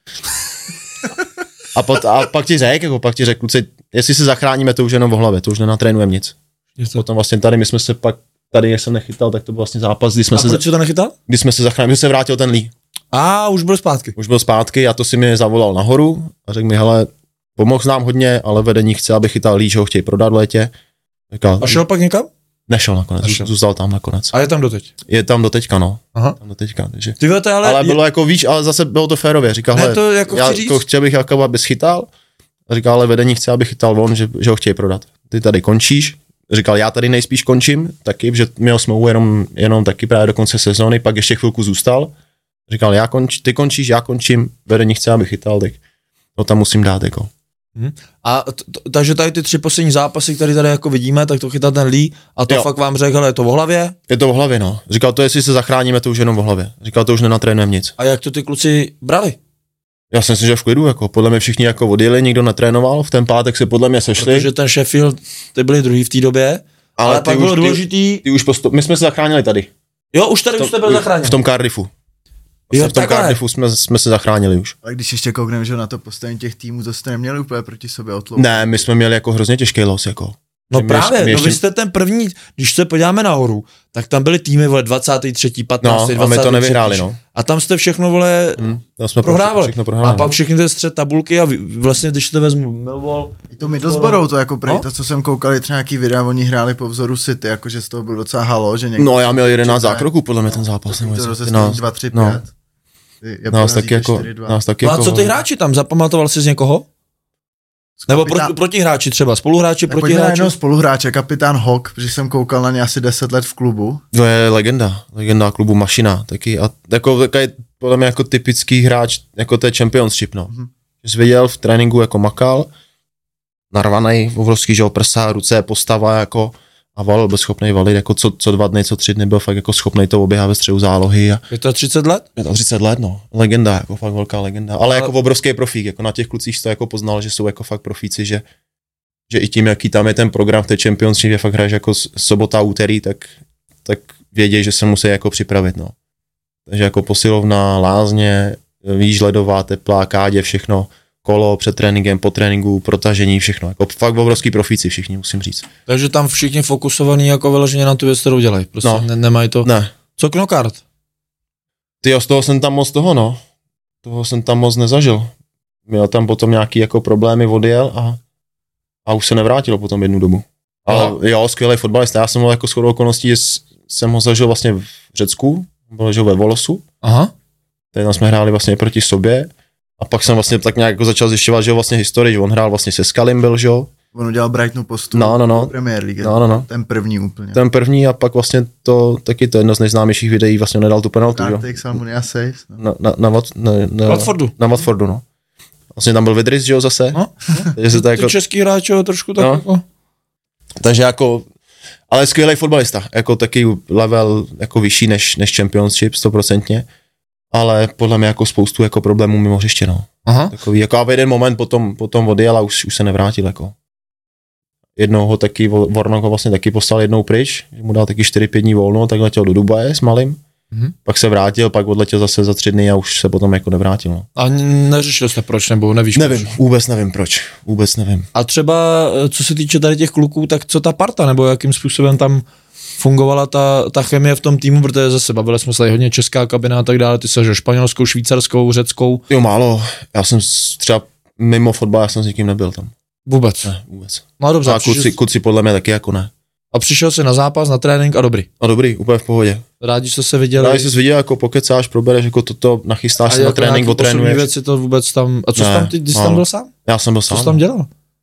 A pak ti řekl, kluci, jestli se zachráníme, to už jenom v hlavě, to už nenatrénujeme nic. Potom vlastně tady, my jsme se pak, tady jsem nechytal, tak to byl vlastně zápas, kdy jsme
proč to nechytal?
Kdy jsme se zachránili, že se vrátil ten Lee.
Už byl zpátky.
Už byl zpátky a to si mi zavolal nahoru a řekl mi, hele, pomohl nám hodně, ale vedení chce, aby chytal Lee, že ho chtějí prodat v létě.
A šel pak někam?
Nešel nakonec, zůstal tam nakonec.
A je tam doteď?
Je tam doteďka, no.
Aha.
Tam doteďka, takže.
Ale
bylo jako víš, ale zase bylo to férově. Říkal,
ne, to jako
já chtěl bych, jako, abys chytal. A říkal, ale vedení chce, aby chytal on, že ho chtějí prodat. Ty tady končíš. Říkal, já tady nejspíš končím, taky, že měl smlouvu jenom taky právě do konce sezóny, pak ještě chvilku zůstal. Říkal, ty končíš, já končím, vedení chce, aby chytal, tak to tam musím dát, jako.
A takže tady ty 3 poslední zápasy, které tady jako vidíme, tak to chytá ten Lee a to fakt vám řekl, je to v hlavě?
Je to v hlavě, no. Říkal, to jestli se zachráníme, to už jenom v hlavě. Říkal, to už nenatrénujeme nic.
A jak to ty kluci brali?
Já si myslím, že v klidu, jako podle mě všichni jako odjeli, nikdo netrénoval, v ten pátek se podle mě sešli.
Protože ten Sheffield, ty byli druhý v té době, ale pak bylo důležitý.
My jsme se zachránili tady.
Jo, už tady jste byl zachráněn.
V tom Cardiffu. V tom Cardiffu jsme se zachránili už.
A když ještě koukneme, že na to postavení těch týmů, to jste neměli úplně proti sobě otloup.
Ne, my jsme měli jako hrozně těžký los, jako.
No právě, vy jste ten první, když se podíváme nahoru, tak tam byly týmy, vole, 23., 15., 23.
A my to nevyhráli, no.
A tam jste všechno, vole, prohrávali. A pak všechny ten střed tabulky a vlastně, když to vezmu Millwall.
I to Middlesbrough, to jako to, co jsem koukal, třeba nějaký videa, oni hráli po vzoru City, jakože z toho byl docela halo, že někdo.
No já měl 11 zákroků, podle mě ten zápas.
To rozestání 2, 3, 5.
Nás taky jako.
No a co ty hráči tam, zapamatoval jsi z někoho? Nebo protihráči třeba, spoluhráči, protihráči?
No, spoluhráče, kapitán Hock, protože jsem koukal na ně asi 10 let v klubu.
To je legenda klubu Mašina, taky a takový podle mě jako typický hráč, jako to je championship, no. Že jsi viděl v tréninku jako makal, narvanej, obrovský, že prsa, ruce, postava jako a valil, byl schopný valit, jako co 2 dny, co 3 dny, byl fakt jako schopný to oběhat ve středu zálohy. A...
Je to 30 let?
Je to 30 let, no. Legenda, jako fakt velká legenda. Ale jako obrovský profík, jako na těch klucích to jako poznal, že jsou jako fakt profíci, že i tím, jaký tam je ten program v té Championship, že fakt hraješ jako sobota, úterý, tak vědějí, že se musí jako připravit, no. Takže jako posilovna, lázně, víš, ledová, teplá, kádě, všechno, kolo před tréninkem, po tréninku, protažení, všechno. Jako fakt obrovský profíci všichni, musím říct.
Takže tam všichni fokusovaní jako vyloženě na tu věc, kterou dělají. Prostě nemají to.
Ne.
Co knockout?
Tyjo, z toho jsem tam moc toho jsem tam moc nezažil. Měl tam potom nějaký jako problémy, odjel a už se nevrátil potom jednu dobu. Ale jo, skvělý fotbalista. Já jsem byl jako shodou okolností, že jsem ho zažil vlastně v Řecku, byl ve Volosu.
Aha.
Tady tam jsme hráli vlastně proti sobě a pak jsem vlastně tak nějak jako začal zjišťovat, že vlastně historii, že on hrál vlastně se Skalim byl, že jo.
On udělal Brightonu postup
no.
Premier League.
No.
Ten první úplně.
Ten první a pak vlastně to jedno z nejznámějších videí, vlastně nedal tu penaltu, jo. Na Watfordu, no. Vlastně tam byl Vidris, že jo, zase.
No.
Takže se to jako...
Český hráč, jo, trošku tak jako...
Takže jako... Ale skvělý fotbalista, jako taky level jako vyšší než Championship, 100%. Ale podle mě jako spoustu jako problémů mimo hřiště, no.
Aha.
Takový, jako a v jeden moment potom odjel a už se nevrátil, jako. Jednou ho taky, Warnock ho vlastně taky poslal jednou pryč, že mu dal taky 4-5 dní volno, tak letěl do Dubaje s malým. Pak se vrátil, pak odletěl zase za 3 dny a už se potom jako nevrátil. No.
A neřešil jste proč, nebo nevíš
Nevím, proč? Vůbec nevím.
A třeba, co se týče tady těch kluků, tak co ta parta, nebo jakým způsobem tam fungovala ta chemie v tom týmu, protože zase bavili jsme se tady hodně česká kabina a tak dále, ty jsi španělskou, švýcarskou, řeckou.
Jo, málo, já jsem třeba mimo fotbal, já jsem s nikým nebyl tam.
Vůbec?
Ne, vůbec.
No dobře.
A kluci podle mě taky jako ne.
A přišel jsi na zápas, na trénink a dobrý.
A dobrý, úplně v pohodě.
Rádi jste se viděli.
Rádi jsi viděl, jako pokecáš, probereš, jako toto, nachystáš se na trénink, otrénuješ. A
věci to vůbec tam, a co jsi tam, ty jsi tam byl sám?
Já jsem byl sám.
Co jsi tam dělal?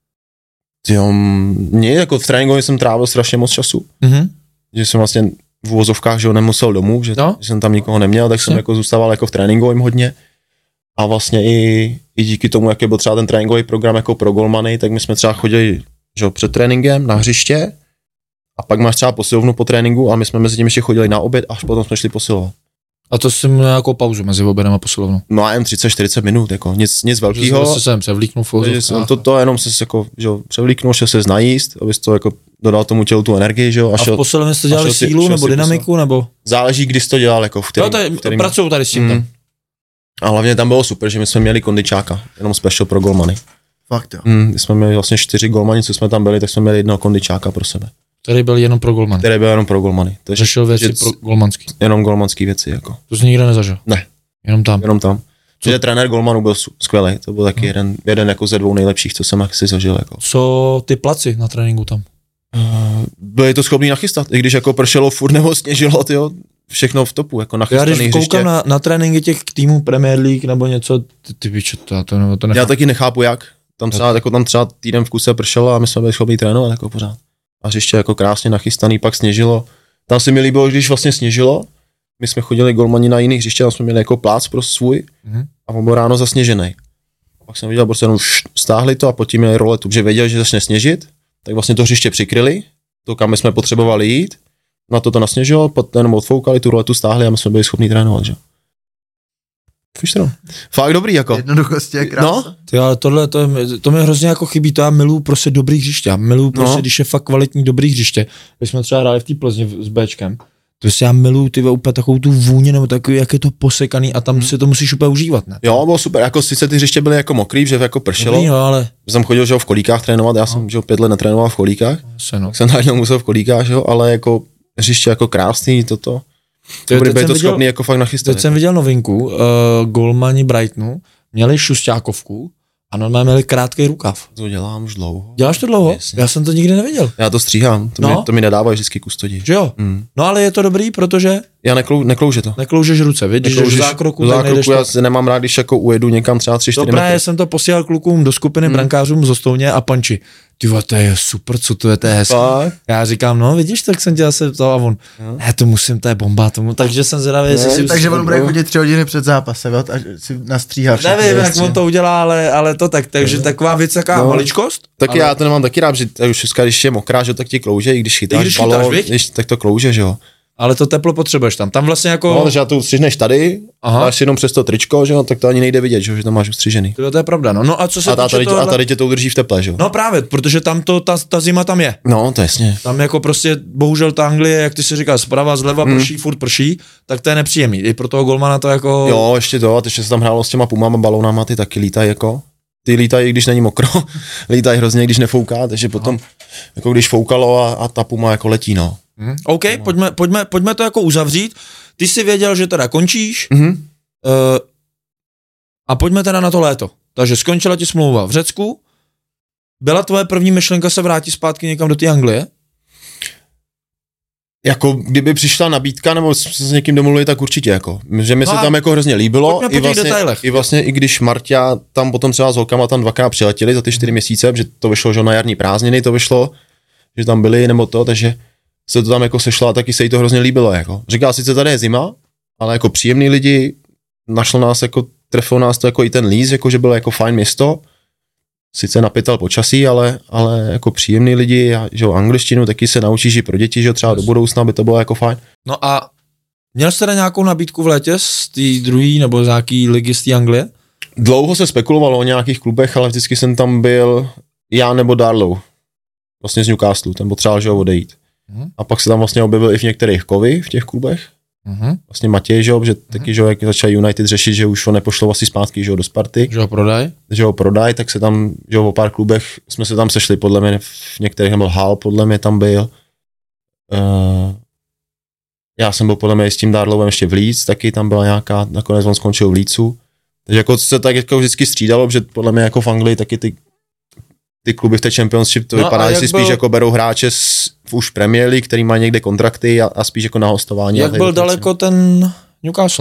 Jo, jako v tréninku jsem trávil strašně moc času. Že jsem vlastně v uvozovkách, že ho nemusel domů, že jsem tam nikoho neměl, tak jsem jako zůstával jako v tréninkovém hodně. A vlastně i díky tomu, jak byl třeba ten tréninkový program jako pro golmany, tak my jsme třeba chodili, že před tréninkem na hřiště a pak máš třeba posilovnu po tréninku a my jsme mezi tím ještě chodili na oběd a až potom jsme šli posilovat.
A to jsem měl nějakou pauzu mezi obědem a posilovnou?
No a jen 30-40 minut, jako nic velkého.
Že jsem převlíknul v uvozovkách.
To jenom se jako, že převlíknul, šel se najíst, abys to jako dodal tomu tělu tu energii, že jo.
A v posilovně jste dělali sílu nebo dynamiku, nebo?
Záleží, kdy jsi to dělal, jako v kterým...
Pracuju tady s tím tam.
A hlavně tam bylo super, že my jsme měli kondičáka, jenom special pro golmany.
Fakt jo.
My jsme měli vlastně 4 golmani, co jsme tam byli, tak jsme měli jednoho kondičáka pro sebe.
Který byl jenom pro golmany.
Takže
řešil věci pro golmanský.
Jenom golmanský věci, jako.
To jsi nikde nezažil?
Ne.
Jenom tam.
Takže trenér golmanů byl skvělý, to byl taky jeden jako ze 2 nejlepších, co jsem asi zažil, jako.
Co ty placi na tréninku tam?
Byli to schopní nachystat, i když jako pršelo furt nebo sněžilo, tyjo, všechno v topu, jako nachystaný hřiště.
Já když koukám na tréninky těch týmů Premier League nebo něco, ty víš, to nechápu.
Já taky nechápu jak, tam třeba týden v kuse pršelo a my jsme byli schopni trénovat jako pořád. A hřiště jako krásně nachystaný, pak sněžilo. Tam se mi líbilo, když vlastně sněžilo, my jsme chodili golmani na jiných hřiště, tam jsme měli jako plác pro svůj a on byl ráno zasněžený. Pak jsem viděl, prostě jenom stáhli to a potom měli roletu, že věděli, že začne sněžit, tak vlastně to hřiště přikryli, to kam my jsme potřebovali jít, na to nasněžilo, potom jenom odfoukali, tu roletu stáhli a my jsme byli schopni trénovat, že? Fakt dobrý, jako.
Jednoduchosti je krása.
No.
Ty, ale to mi hrozně jako chybí, to já miluju prostě dobrý hřiště, já miluju prostě, když je fakt kvalitní dobrý hřiště. Když jsme třeba hráli v té Plzni s Bčkem, to já miluju ty úplně takovou tu vůni, nebo takový, jak je to posekaný a tam si to musíš úplně užívat, ne?
Jo, bylo super, jako sice ty hřiště byly jako mokrý, že jako pršelo.
Dobrý, no, ale...
Jsem chodil, že v kolíkách trénovat, já jsem, že 5 let netrénoval v kolíkách. Tak jsem najednou musel v kolíkách, že ale jako hřiště jako krásný, toto. Bude to schopný jako fakt nachystat.
Teď jsem viděl novinku, golmani Brightonu měli šusťákovku a normálně měli krátký rukav.
To dělám už dlouho.
Děláš to dlouho?
Jasně.
Já jsem to nikdy neviděl.
Já to stříhám, to mi nedávají vždycky kustodí.
Že jo? No ale je to dobrý, protože...
Já neklouže to.
Nekloužeš ruce, vidíš, že v zákroku
já se nemám rád, když jako ujedu někam třeba 3-4 metry.
Dobré, jsem to posílal klukům do skupiny brankářům z Ostouně a Panči. Ty to je super, co to je hezký. Já říkám, no vidíš, tak jsem tě zase ptal a on, to musím, to je bomba tomu, takže jsem zvědavý, jestli si...
Takže on bude chodit 3 hodiny před zápasem, a si nastříhá všechno.
Nevím, jak on to udělá, ale to tak, takže taková věc, taká maličkost.
Taky já to nemám taky rád, že už když je mokrá, že tak ti klouže, i když chytáš balón, tak to klouže, že jo.
Ale to teplo potřebuješ tam. Tam vlastně jako...
No, takže já to ustřihneš tady, dáš jenom přes to tričko, že jo, tak to ani nejde vidět, že tam máš ustřižený.
To je pravda, no. No a co se
a tady tě to udrží v teple, že jo.
No právě, protože tam ta zima tam je.
No, to jasně.
Tam jako prostě, bohužel ta Anglie, jak ty si říkáš, zprava, zleva prší, furt prší, tak to je nepříjemný. I pro toho golmana to jako...
Jo, ještě to, a ještě se tam hrálo s těma pumama, balónama, ty taky lítají jako. ty lítají, když není mokro, lítají hrozně, když nefouká, takže potom, jako když foukalo a ta Puma jako letí, no.
OK, pojďme to jako uzavřít. Ty jsi věděl, že teda končíš a pojďme teda na to léto. Takže skončila ti smlouva v Řecku. Byla tvoje první myšlenka se vrátit zpátky někam do té Anglie?
Jako kdyby přišla nabídka, nebo se s někým domluvili, tak určitě jako. Že mi se tam jako hrozně líbilo. I vlastně, i když Marťa tam potom třeba s holkama tam 2krát přiletěli za ty 4 měsíce, že to vyšlo, že na jarní prázdniny to vyšlo, že tam byli nebo to, takže se to tam jako sešlo a taky se jí to hrozně líbilo jako. Říkala sice tady je zima, ale jako příjemný lidi, našlo nás jako, trefilo nás to jako i ten Líz, jako že bylo jako fajn město. Sice napětal počasí, ale jako příjemný lidi, a že angličtinu taky se naučíš i pro děti, že třeba do budoucna by to bylo jako fajn.
No a měl jste nějakou nabídku v létě z té druhé nebo z nějaký ligy z té Anglie?
Dlouho se spekulovalo o nějakých klubech, ale vždycky jsem tam byl já nebo Darlow, vlastně z Newcastle, ten potřeboval, že ho odejít. A pak se tam vlastně objevil i v některých kovy v těch klubech. Vlastně Matěj, že taky, že jak začal United řešit, že už ho nepošlo asi zpátky, že do Sparty. Že ho prodaj, tak se tam, že o pár klubech jsme se tam sešli, podle mě v některých byl Hal, podle mě tam byl. Já jsem byl podle mě s tím Darlowem ještě v Leeds, taky tam byla nějaká, nakonec on skončil v Leedsu. Takže jako se tak jako vždycky střídalo, že podle mě jako v Anglii taky ty kluby v té Championship to vypadá, že si spíš jako berou hráče v už Premier League, který má někde kontrakty a spíš jako na hostování.
Jak byl daleko ten Newcastle?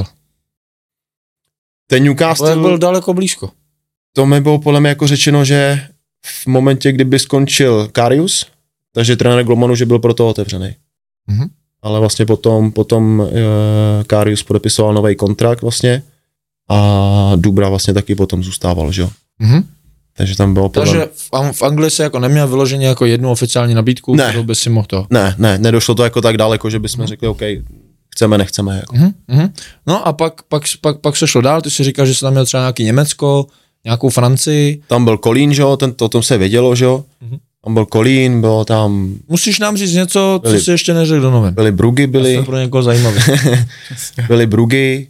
Ten Newcastle...
Jak byl daleko blízko?
To mi bylo podle mě jako řečeno, že v momentě, kdyby skončil Karius, takže trenér Glomanu, že byl pro to otevřený. Ale vlastně potom Karius podepisoval nový kontrakt vlastně a Dubra vlastně taky potom zůstával, že jo. Takže tam bylo
Takže v Anglii se jako neměl vyloženě jako jednu oficiální nabídku, kterou by si mohl to.
Ne, nedošlo to jako tak daleko, že bychom řekli, OK, chceme, nechceme. Jako.
No a pak se šlo dál, ty si říkal, že se tam měl třeba nějaký Německo, nějakou Francii. Tam
byl Kolín, že jo, o tom se vědělo, že jo. Tam byl Kolín, bylo tam...
Musíš nám říct něco, co si ještě neřekl do novin.
Byly Brugy,
To pro někoho zajímavé.
Byly Brugy.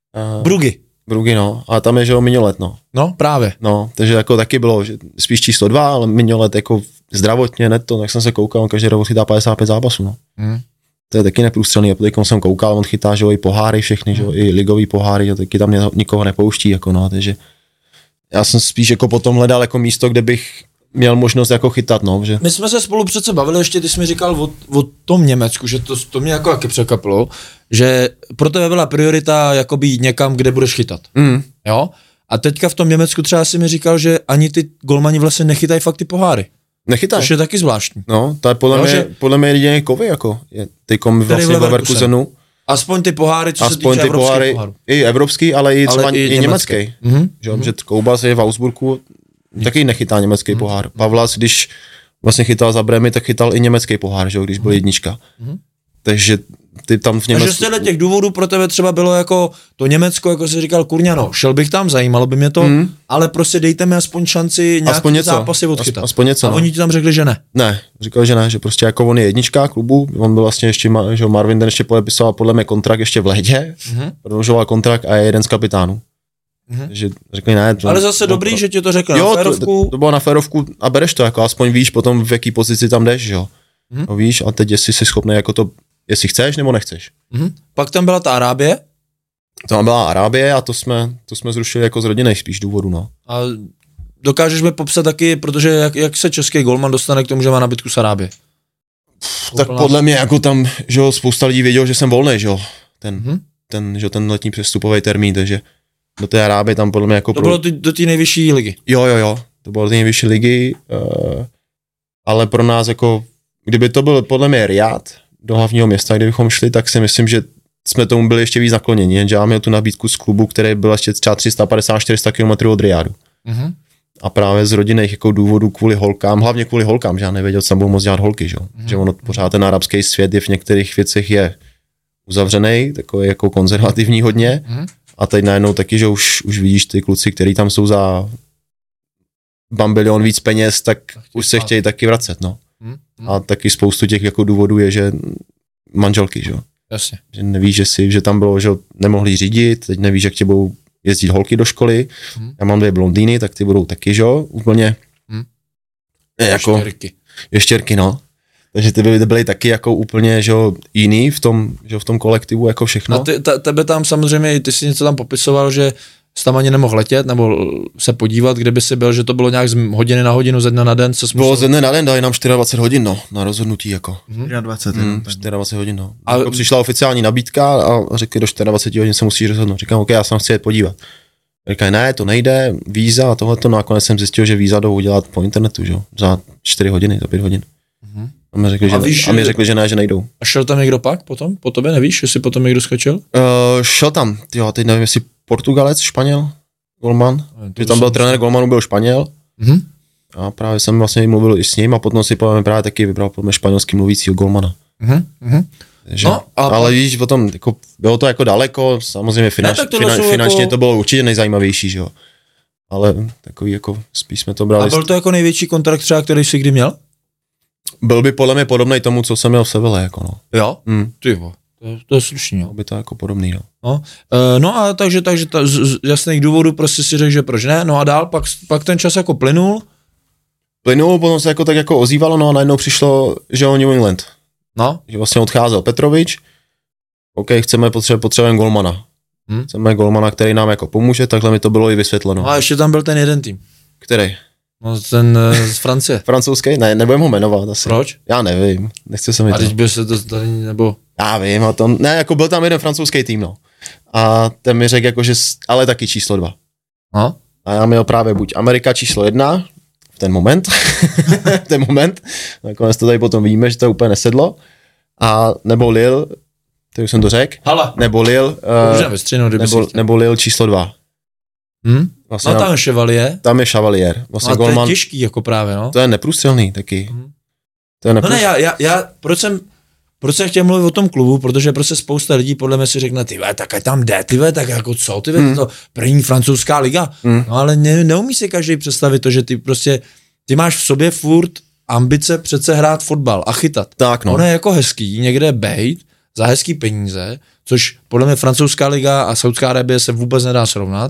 Brugy, no. A tam je, že jo, Mignolet, no.
No, právě.
No, takže jako taky bylo, že spíš číslo 2, ale Mignolet jako zdravotně, neto, tak jsem se koukal, on každý rok chytá 55 zápasů, no. To je taky neprůstřelný, a potom jsem koukal, on chytá, že jo, i poháry všechny, že jo, i ligový poháry, taky tam nikoho nepouští, jako no, takže já jsem spíš jako potom hledal jako místo, kde bych měl možnost jako chytat, no, že...
My jsme se spolu přece bavili, ještě ty jsi mi říkal o tom Německu, že to mě jako taky překvapilo, že pro tebe byla priorita jakoby jít někam, kde budeš chytat, jo? A teďka v tom Německu třeba si mi říkal, že ani ty golmani vlastně nechytají fakt ty poháry.
Nechytají.
Což je taky zvláštní.
No, to je podle mě jediný kovy, jako, ty komy vlastně v Leverkusenu.
Aspoň ty poháry, co se týče evropských pohárů.
I evropský, ale i třeba i německý. Že Koubas je v Augsburgu, taky nechytá německý pohár. Pavlas, když vlastně chytal za Bremy, tak chytal i německý pohár, že, když byl jednička. Takže ty tam v Německu...
Takže z těch důvodů pro tebe třeba bylo jako to Německo, jako jsi říkal, kurňano, šel bych tam, zajímalo by mě to, ale prostě dejte mi aspoň šanci nějaký zápasy odchytat.
Aspoň něco,
a oni ti tam řekli, že ne.
Ne, říkal, že ne, že prostě jako on je jednička klubu, on byl vlastně ještě, že Marvin ten ještě podepisoval podle mě kontrakt ještě v létě, prodlužoval kontrakt a je jeden z kapitánů. Že řekli ne.
Ale zase dobrý, že ti to řekl
na
férovku.
To bylo na férovku a bereš to, jako aspoň víš potom, v jaký pozici tam jdeš, jo. No víš, a teď jestli jsi schopný jako to, jestli chceš nebo nechceš.
Pak tam byla ta Arábie?
Tam byla Arábie a to jsme zrušili jako z rodinných spíš důvodů, no.
A dokážeš mi popsat taky, protože jak se český golman dostane k tomu, že má nabídku z Arábie?
Tak podle mě jako tam, že jo, spousta lidí vědělo, že jsem volný, že jo. Ten letní přestupový termín, takže do té Arábie tam podle mě jako...
To bylo do té nejvyšší ligy.
Jo, to bylo do té nejvyšší ligy, ale pro nás jako, kdyby to byl podle mě Riad do hlavního města, kdybychom šli, tak si myslím, že jsme tomu byli ještě víc nakloněni, jenže já měl tu nabídku z klubu, který byl ještě třeba 350-400 km od Riadu. A právě z rodinných jako důvodů kvůli holkám, hlavně kvůli holkám, že já nevěděl, co tam budou moc dělat holky, že ono pořád ten arabský svět je v některých věcech je uzavřený, takový jako konzervativní hodně. A teď najednou taky, že už vidíš ty kluci, kteří tam jsou za bambilion víc peněz, tak už se chtějí taky vracet, no. A taky spoustu těch jako důvodů je, že manželky, že jo.
Jasně.
Že nevíš, že tam bylo, že nemohli řídit, teď nevíš, jak tě budou jezdit holky do školy, já mám 2 blondýny, tak ty budou taky, že jo, úplně jako ještěrky, no. Takže ty byly taky jako úplně, že jo, jiný v tom kolektivu jako všechno.
A tebe tam samozřejmě, ty si něco tam popisoval, že jsi tam ani nemohl letět, nebo se podívat, kde by si byl, že to bylo nějak z hodiny na hodinu, ze dne na den, co jsme
bylo ze dne na den, dali nám 24 hodin, no, na rozhodnutí jako.
24
hodin, no. A jako přišla oficiální nabídka a řekli, do 24 hodin se musíš rozhodnout. Říkám, OK, já se chci jet podívat. Říkají, ne, to nejde, víza a tohleto, nakonec jsem zjistil, že víza jdou udělat po internetu, že jo, za 4 hodiny, za 5 hodin. A mi řekli, že ne, že nejdou.
A šel tam někdo pak potom? Po tobě nevíš, jestli potom někdo skočil?
Šel tam, jo, teď nevím, jestli Portugalec, Španěl, golman, že tam byl trenér golmanu, byl Španěl. A právě jsem vlastně mluvil i s ním a potom si právě taky vybral podle španělský mluvícího golmana. Takže, no, ale víš, potom jako, bylo to jako daleko, samozřejmě finančně to bylo určitě nejzajímavější, že jo. Ale takový jako spíš jsme to brali.
A byl to jako největší kontrakt třeba, který jsi kdy měl?
Byl by podle mě podobný tomu, co jsem měl v Seville, jako no.
Jo? Tyvo, to je slušný, jo.
Byl by to jako podobný, no.
No a takže z jasných důvodů prostě si řekl, že proč ne, no a dál, pak ten čas jako plynul,
potom se jako tak jako ozývalo, no a najednou přišlo, že o New England.
No.
Že vlastně odcházel Petrovič, OK, potřebujeme golmana. Chceme golmana, který nám jako pomůže, takhle mi to bylo i vysvětleno.
No a ještě tam byl ten jeden tým.
Který?
No ten z Francie.
Francouzský? Ne, nebudem ho jmenovat asi.
Proč?
Já nevím, nechci se mi to.
A teď by se to tady, nebo...
Já vím, ne, jako byl tam jeden francouzský tým, no. A ten mi řekl jako, že, ale taky číslo 2.
No?
A já měl právě buď Amerika číslo 1, v ten moment, nakonec to tady potom víme, že to úplně nesedlo, a nebo Lille, to už jsem to řekl, nebo Lille, nebo Lille číslo 2.
Vlastně no tam je Chevalier.
Tam je Chevalier. Vlastně
no, to je těžký jako právě, no.
To je neprůstřelný taky.
To je neprůstřelný. No ne, já proč jsem chtěl mluvit o tom klubu, protože prostě spousta lidí podle mě si řekne, tyve, tak ať tam jde, tyve, tak jako co, tyve, to první francouzská liga. No ale neumí si každý představit to, že ty máš v sobě furt ambice přece hrát fotbal a chytat.
Tak no.
Ono je jako hezký někde bejt za hezký peníze, což podle mě francouzská liga a Saudská Arábie se vůbec nedá srovnat.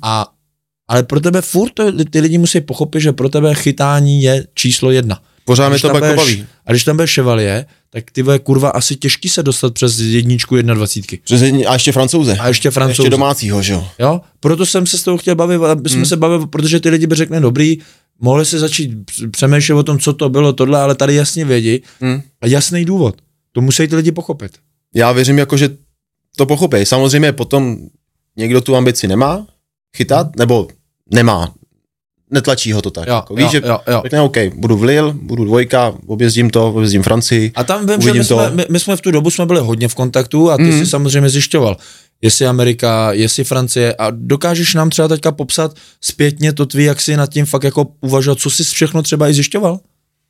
Ale pro tebe furt ty lidi musí pochopit, že pro tebe chytání je číslo 1.
Pořád mi to jako baví.
A když tam byl Chevalier, tak ty kurva asi těžký se dostat přes jedničku 21.
A ještě Francouze. Ještě domácího, že jo.
Jo, proto jsem se s tou chtěl bavit, aby jsme se bavili, protože ty lidi by řekli, dobrý, mohli se začít přemýšlet o tom, co to bylo tohle, ale tady jasně vědí a jasný důvod. To musí ty lidi pochopit.
Já věřím, jako, že to pochopí. Samozřejmě potom někdo tu ambici nemá chytat, nebo nemá. Netlačí ho to tak.
Jo,
víš, že řekne, OK, budu v Lille, budu 2, objezdím Francii.
A tam vím, že my jsme v tu dobu byli hodně v kontaktu a ty si samozřejmě zjišťoval, jestli Amerika, jestli Francie a dokážeš nám třeba teďka popsat zpětně to tvý, jak jsi nad tím fakt jako uvažoval, co jsi všechno třeba i zjišťoval?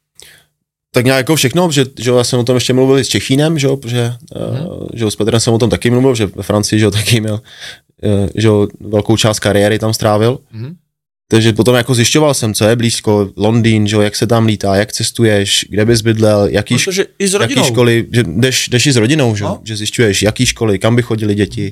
Tak nějak jako všechno, že já jsem o tom ještě mluvil s Čechínem, že s Petrem jsem o tom taky mluvil, že ve Francii, že taky měl, že velkou část kariéry tam strávil. Takže potom jako zjišťoval jsem, co je blízko, Londýn, že jak se tam lítá, jak cestuješ, kde bys bydlel, jaký školy, že jdeš i s rodinou, že zjišťuješ, jaký školy, kam by chodili děti.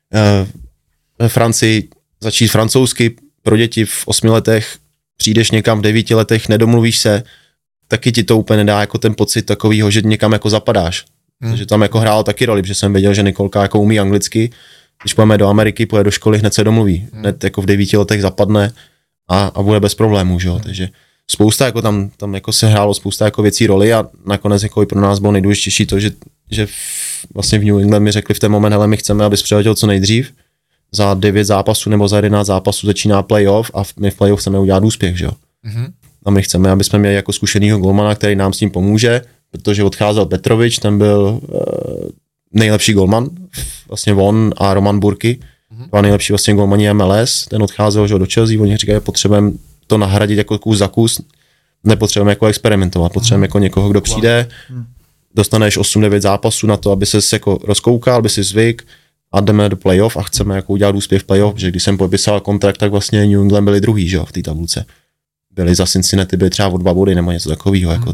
Ve Francii začít francouzsky pro děti v 8 letech, přijdeš někam v 9 letech, nedomluvíš se, taky ti to úplně nedá jako ten pocit takovýho, že někam jako zapadáš. Takže tam jako hrálo taky roli, protože jsem věděl, že Nikolka jako umí anglicky, když pojeme do Ameriky, pojede do školy, hned se domluví, hned jako v 9 letech zapadne a bude bez problémů, že jo. Takže spousta jako tam jako se hrálo spousta jako věcí roli a nakonec jako i pro nás bylo nejdůležitější to, že vlastně v New England mi řekli v ten moment, hele, my chceme, abys přiletěl co nejdřív, za 9 zápasů nebo za 11 zápasů začíná playoff a my v playoff chceme udělat úspěch, že jo. A my chceme, aby jsme měli jako zkušenýho golmana, který nám s tím pomůže, protože odcházel Petrovič, ten byl nejlepší golman, vlastně on a Roman Burki, dva nejlepší vlastně golmani MLS, ten odcházel že do Chelsea, oni říkají, potřebujeme to nahradit jako kus za kus, nepotřebujeme jako experimentovat, potřebujeme jako někoho, kdo přijde, dostaneš 8-9 zápasů na to, aby ses jako rozkoukal, aby si zvyk a jdeme do playoff a chceme jako udělat úspěch v playoff, že když jsem podepsal kontrakt, tak vlastně New England byli druhý, že jo, v té tabulce. Byli za Cincinnati, byli třeba o 2 body nebo něco takového, jako,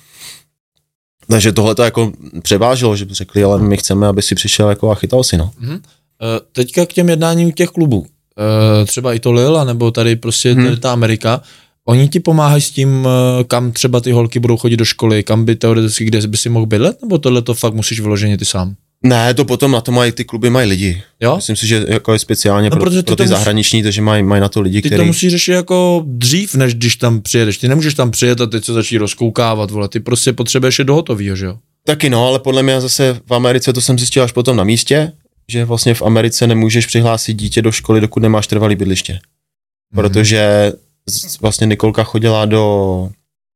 takže tohle to jako převážilo, že řekli, ale my chceme, aby si přišel jako a chytal si, no.
Teďka k těm jednáním těch klubů. třeba i to Lille, nebo tady prostě tady ta Amerika, oni ti pomáhají s tím, kam třeba ty holky budou chodit do školy, kam by teoreticky, kde by si mohl bydlet, nebo tohle to fakt musíš vyloženě ty sám?
Ne, to potom na to mají, ty kluby mají lidi.
Jo?
Myslím si, že jako je speciálně pro ty zahraniční, takže mají na to lidi,
ty
který...
to musíš řešit jako dřív, než když tam přijedeš. Ty nemůžeš tam přijet a teď se začít rozkoukávat, vole. Ty prostě potřebuješ je do hotovýho, že jo?
Taky no, ale podle mě zase v Americe, to jsem zjistil až potom na místě, že vlastně v Americe nemůžeš přihlásit dítě do školy, dokud nemáš trvalý bydliště. Protože vlastně Nikolka chodila do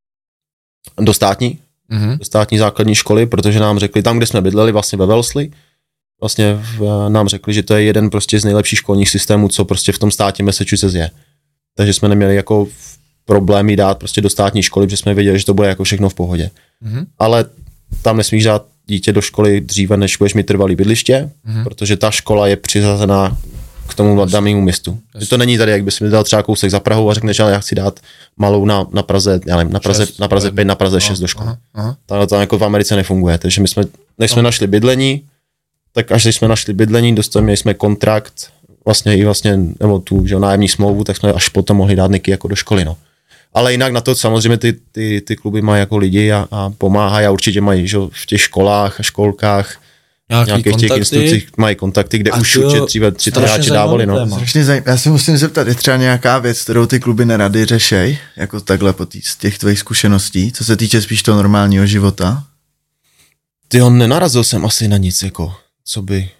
státní, do státní základní školy, protože nám řekli, tam, kde jsme bydleli, vlastně ve Wellesley, vlastně nám řekli, že to je jeden prostě z nejlepších školních systémů, co prostě v tom státě Massachusetts je. Takže jsme neměli jako problémy dát prostě do státní školy, protože jsme věděli, že to bude jako všechno v pohodě. Ale tam nesmíš dát dítě do školy dříve, než budeš mít trvalý bydliště, protože ta škola je přiřazená k tomu danému městu. To není tady, jak bys mi dal třeba kousek za Prahou a řekneš, ale já chci dát malou na Praze, já nevím, na Praze 5, na Praze 6 do školy. To jako v Americe nefunguje, takže my jsme, než jsme našli bydlení, tak až jsme našli bydlení, měli jsme kontrakt, nebo tu nájemní smlouvu, tak jsme až potom mohli dát Niky jako do školy, no. Ale jinak na to samozřejmě ty kluby mají jako lidi a pomáhají a určitě mají, že v těch školách a školkách nějakých těch institucích mají kontakty, kde už určitě tři ty hráči dávali, no.
Já se musím zeptat, je třeba nějaká věc, kterou ty kluby nerady řešej, jako takhle z těch tvých zkušeností, co se týče spíš toho normálního života?
Tyjo, nenarazil jsem asi na nic, jako, co by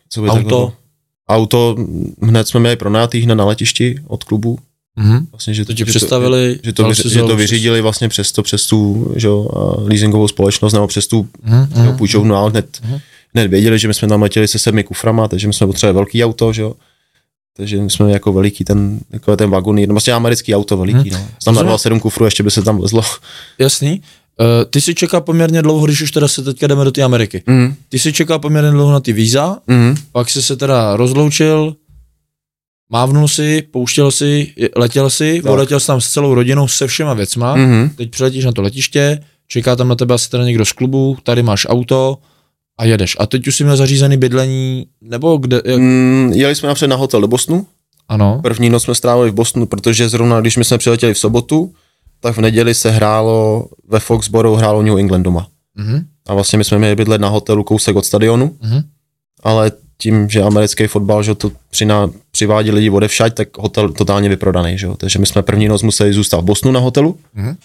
Auto, hned jsme měli pronajatý hned na letišti od klubu.
Vlastně, že to ti představili,
že to vyřídili vlastně přes tu leasingovou společnost nebo přes tu půjčovnu a hned věděli, že my jsme tam letěli se 7 kuframa, takže my jsme potřebovali velký auto, že jo. Takže my jsme jako veliký ten vagon, vlastně americký auto veliký, no. Tam narval 7 kufrů, ještě by se tam vlezlo.
Jasný. Ty si čekal poměrně dlouho, když už teda se teďka jdeme do té Ameriky. Ty si čekal poměrně dlouho na ty víza, pak si se teda rozloučil, mávnul si, pouštěl si, letěl si, odletěl jsi tam s celou rodinou, se všema věcma, teď přiletíš na to letiště, čeká tam na tebe asi teda někdo z klubu, tady máš auto a jedeš. A teď už jsi měl zařízený bydlení, nebo kde?
Jeli jsme napřed na hotel do Bostonu.
Ano.
První noc jsme strávili v Bostonu, protože zrovna když my jsme přiletěli v sobotu, tak v neděli se hrálo ve Foxborough, hrálo New England doma. A vlastně my jsme měli bydlet na hotelu kousek od stadionu, ale tím, že americký fotbal, že to přivádí lidi odevšať, tak hotel totálně vyprodaný, že jo. Takže my jsme první noc museli zůstat v Bostonu na hotelu.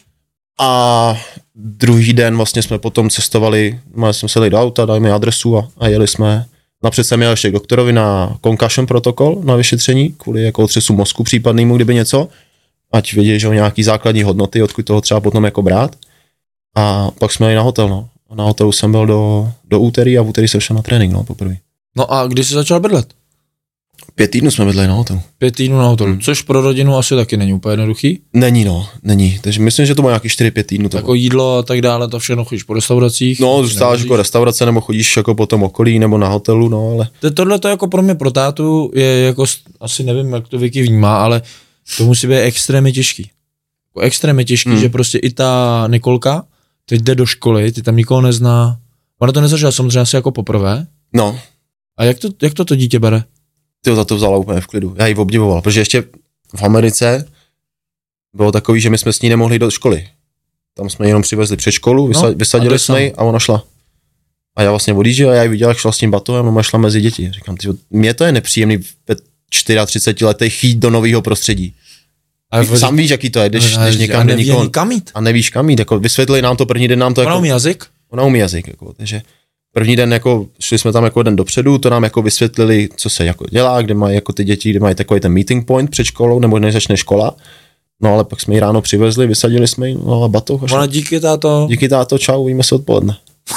A druhý den vlastně jsme potom cestovali, jsme se jeli do auta, dali mi adresu a jeli jsme. Napřed jsem jel ještě k doktorovi na concussion protokol, na vyšetření, kvůli jako otřesu mozku případnému, kdyby něco. Ať věděli, že nějaký základní hodnoty, odkud toho třeba potom jako brát. A pak jsme jeli na hotel, no. A na hotelu jsem byl do úterý a v úterý jsem šel na trénink, no, poprvé.
No a kdy jsi začal bydlet?
5 týdnů jsme bydleli na hotelu.
5 týdnů na hotelu, což pro rodinu asi taky není úplně jednoduchý.
Není. Takže myslím, že to má nějaký 4-5 týdnů.
Jako jídlo a tak dále, to všechno chodíš po restauracích.
No, zůstáváš jako restaurace, nebo chodíš jako po tom okolí, nebo na hotelu, no, ale...
Tohle to jako pro mě, pro tátu, je jako, asi nevím, jak to Vicky vnímá, ale to musí být extrémně těžký. Jako extrémně těžký, že prostě i ta Nikolka teď jde do školy, ty tam nikoho nezná. Ona to nezažila samozřejmě asi jako poprvé.
No.
A jak to dítě bere?
Ty za to vzala úplně v klidu. Já ji obdivoval, protože ještě v Americe bylo takový, že my jsme s ní nemohli do školy. Tam jsme jenom přivezli před školu, vysadili jsme ji a ona šla. A já vlastně odjížděl a já ji viděl, jak šla s tím batohem a ona šla mezi děti. Říkám, mně to je nepříjemný ve 34 letech jít do nového prostředí. Sám víš, jaký to je, když někam jde nikoho a nevíš kam jít. Jako vysvětlili nám to první den, nám to
Ona umí jazyk?
Ona umí jazyk, jako, takže první den jako šli jsme tam jako den dopředu, to nám jako vysvětlili, co se jako dělá, kde mají jako ty děti, kde mají takový ten meeting point před školou, nebo než začne škola. No ale pak jsme ji ráno přivezli, vysadili jsme ji, no a batoh.
Ona díky táto.
Díky táto, čau, uvidíme se odpoledne.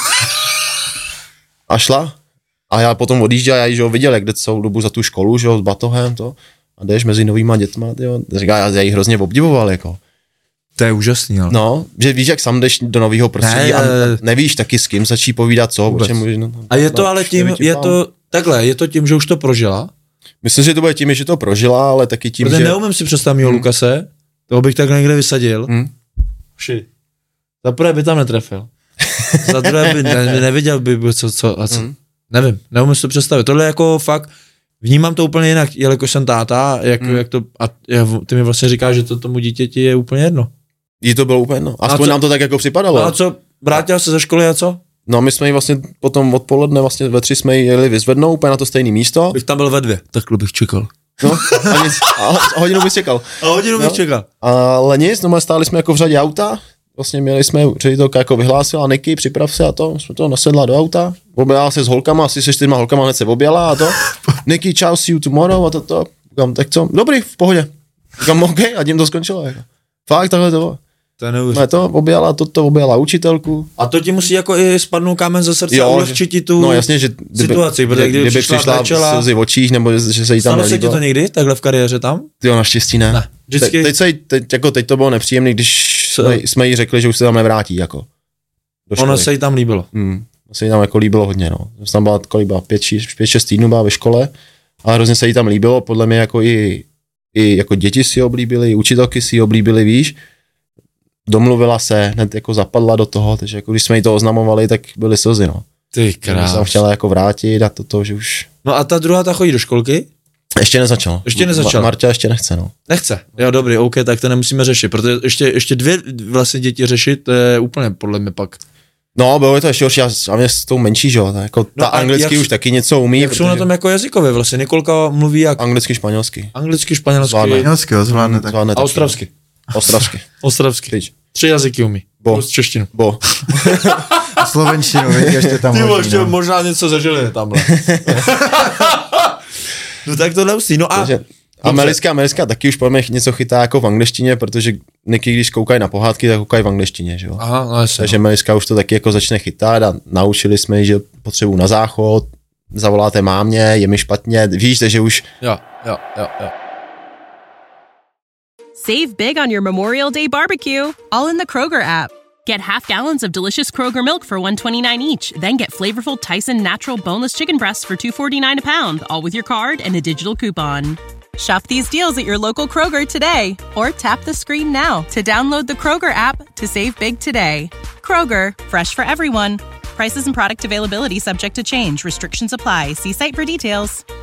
A šla. A já potom odjížděl, já ji, že ho viděl, jak jde celou dobu za tu školu, že ho, s batohem, to. A jdeš mezi novýma dětma, jo. Říká, já ji hrozně obdivoval, jako.
To je úžasný, ale.
No, že víš, jak sám jdeš do nového prostředí a nevíš taky s kým začít povídat, co, o čem můžeš.
A je to ale tím, je to tím, že už to prožila?
Myslím, že to bude tím, že to prožila, ale taky tím,
protože že... neumím si představit mýho Lukase, toho bych tak někde vysadil. Za prvé by tam netrefil. Za druhé by neviděl by co. Nevím, neumím si to představit. Tohle je jako fakt, Vnímám to úplně jinak, jelikož jsem táta, jak to, a ty mi vlastně říkáš, že to tomu dítěti je úplně jedno.
Jí to bylo úplně jedno. Aspoň nám to tak jako připadalo.
No a co, vrátil se ze školy a co?
No my jsme ji vlastně potom odpoledne vlastně ve 3 jsme ji jeli vyzvednout úplně na to stejné místo.
Bych tam byl ve 2, takhle bych čekal.
No, a hodinu bych čekal.
Bych čekal.
Ale nic, no stáli jsme jako v řadě auta, vlastně měli jsme, ředitelka jako vyhlásila, Niky, připrav se a to, jsme to nasedla do auta, objela se s holkama, asi se 4 holkama hned se objela a to, Niky, čau, see you tomorrow a to, říkám, tak co, dobrý, v pohodě, říkám, OK, a tím to skončilo, jako. Fakt takhle to bylo. To objela učitelku.
A to ti musí jako i spadnout kámen ze srdce a ulehčit ti tu
jasně, že
situaci, protože kdyby přišla
slzy v očích, nebo že se jí tam
nelíbilo. Stalo se ti to někdy, takhle v kariéře tam?
Jo, naštěstí ne.
Vždycky...
Teď to bylo nepříjemné, když jsme jí řekli, že už se tam nevrátí, jako.
Ono se jí tam líbilo.
Se jí tam jako líbilo hodně, no. Tam byla 5-6 týdnů byla ve škole, ale hrozně se jí tam líbilo, podle mě jako i jako děti si oblíbily, i učitelky si oblíbily, víš. Domluvila se, hned jako zapadla do toho, takže jako když jsme jí to oznamovali, tak byly slzy, no.
Ty krás.
Jsem chtěla jako vrátit a to, že už...
No a ta druhá, ta chodí do školky?
Ještě nezačal. Marta ještě nechce, no.
Nechce? Jo, dobrý, OK, tak to nemusíme řešit, protože ještě 2 vlastně děti řešit, to je úplně podle mě pak.
No, bylo to ještě horší, a mě s tou menší, že jo, jako ta anglicky už taky něco umí.
Jak jsou na tom jako jazykově vlastně, Nikolka mluví jak?
Anglicky, španělsky.
Španělsky, zvládne tak.
A ostravsky.
Ostravsky.
3 jazyky umí. Plus češtinu.
A slovenštinu, ještě tam
možná. Možná něco zažili tamhle. No tak to neusí. No a...
Americká taky už podle mě něco chytá jako v angličtině, protože Niky, když koukají na pohádky, tak koukají v angličtině, že jo.
Aha, no jasně.
Takže Americká už to taky jako začne chytat a naučili jsme ji, že potřebuji na záchod, zavoláte mámě, je mi špatně, víš, takže už...
Jo.
Save big on your Memorial Day barbecue, all in the Kroger app. Get half gallons of delicious Kroger milk for $1.29 each, then get flavorful Tyson natural boneless chicken breasts for $2.49 a pound, all with your card and a digital coupon. Shop these deals at your local Kroger today, or tap the screen now to download the Kroger app to save big today. Kroger, fresh for everyone. Prices and product availability subject to change. Restrictions apply. See site for details.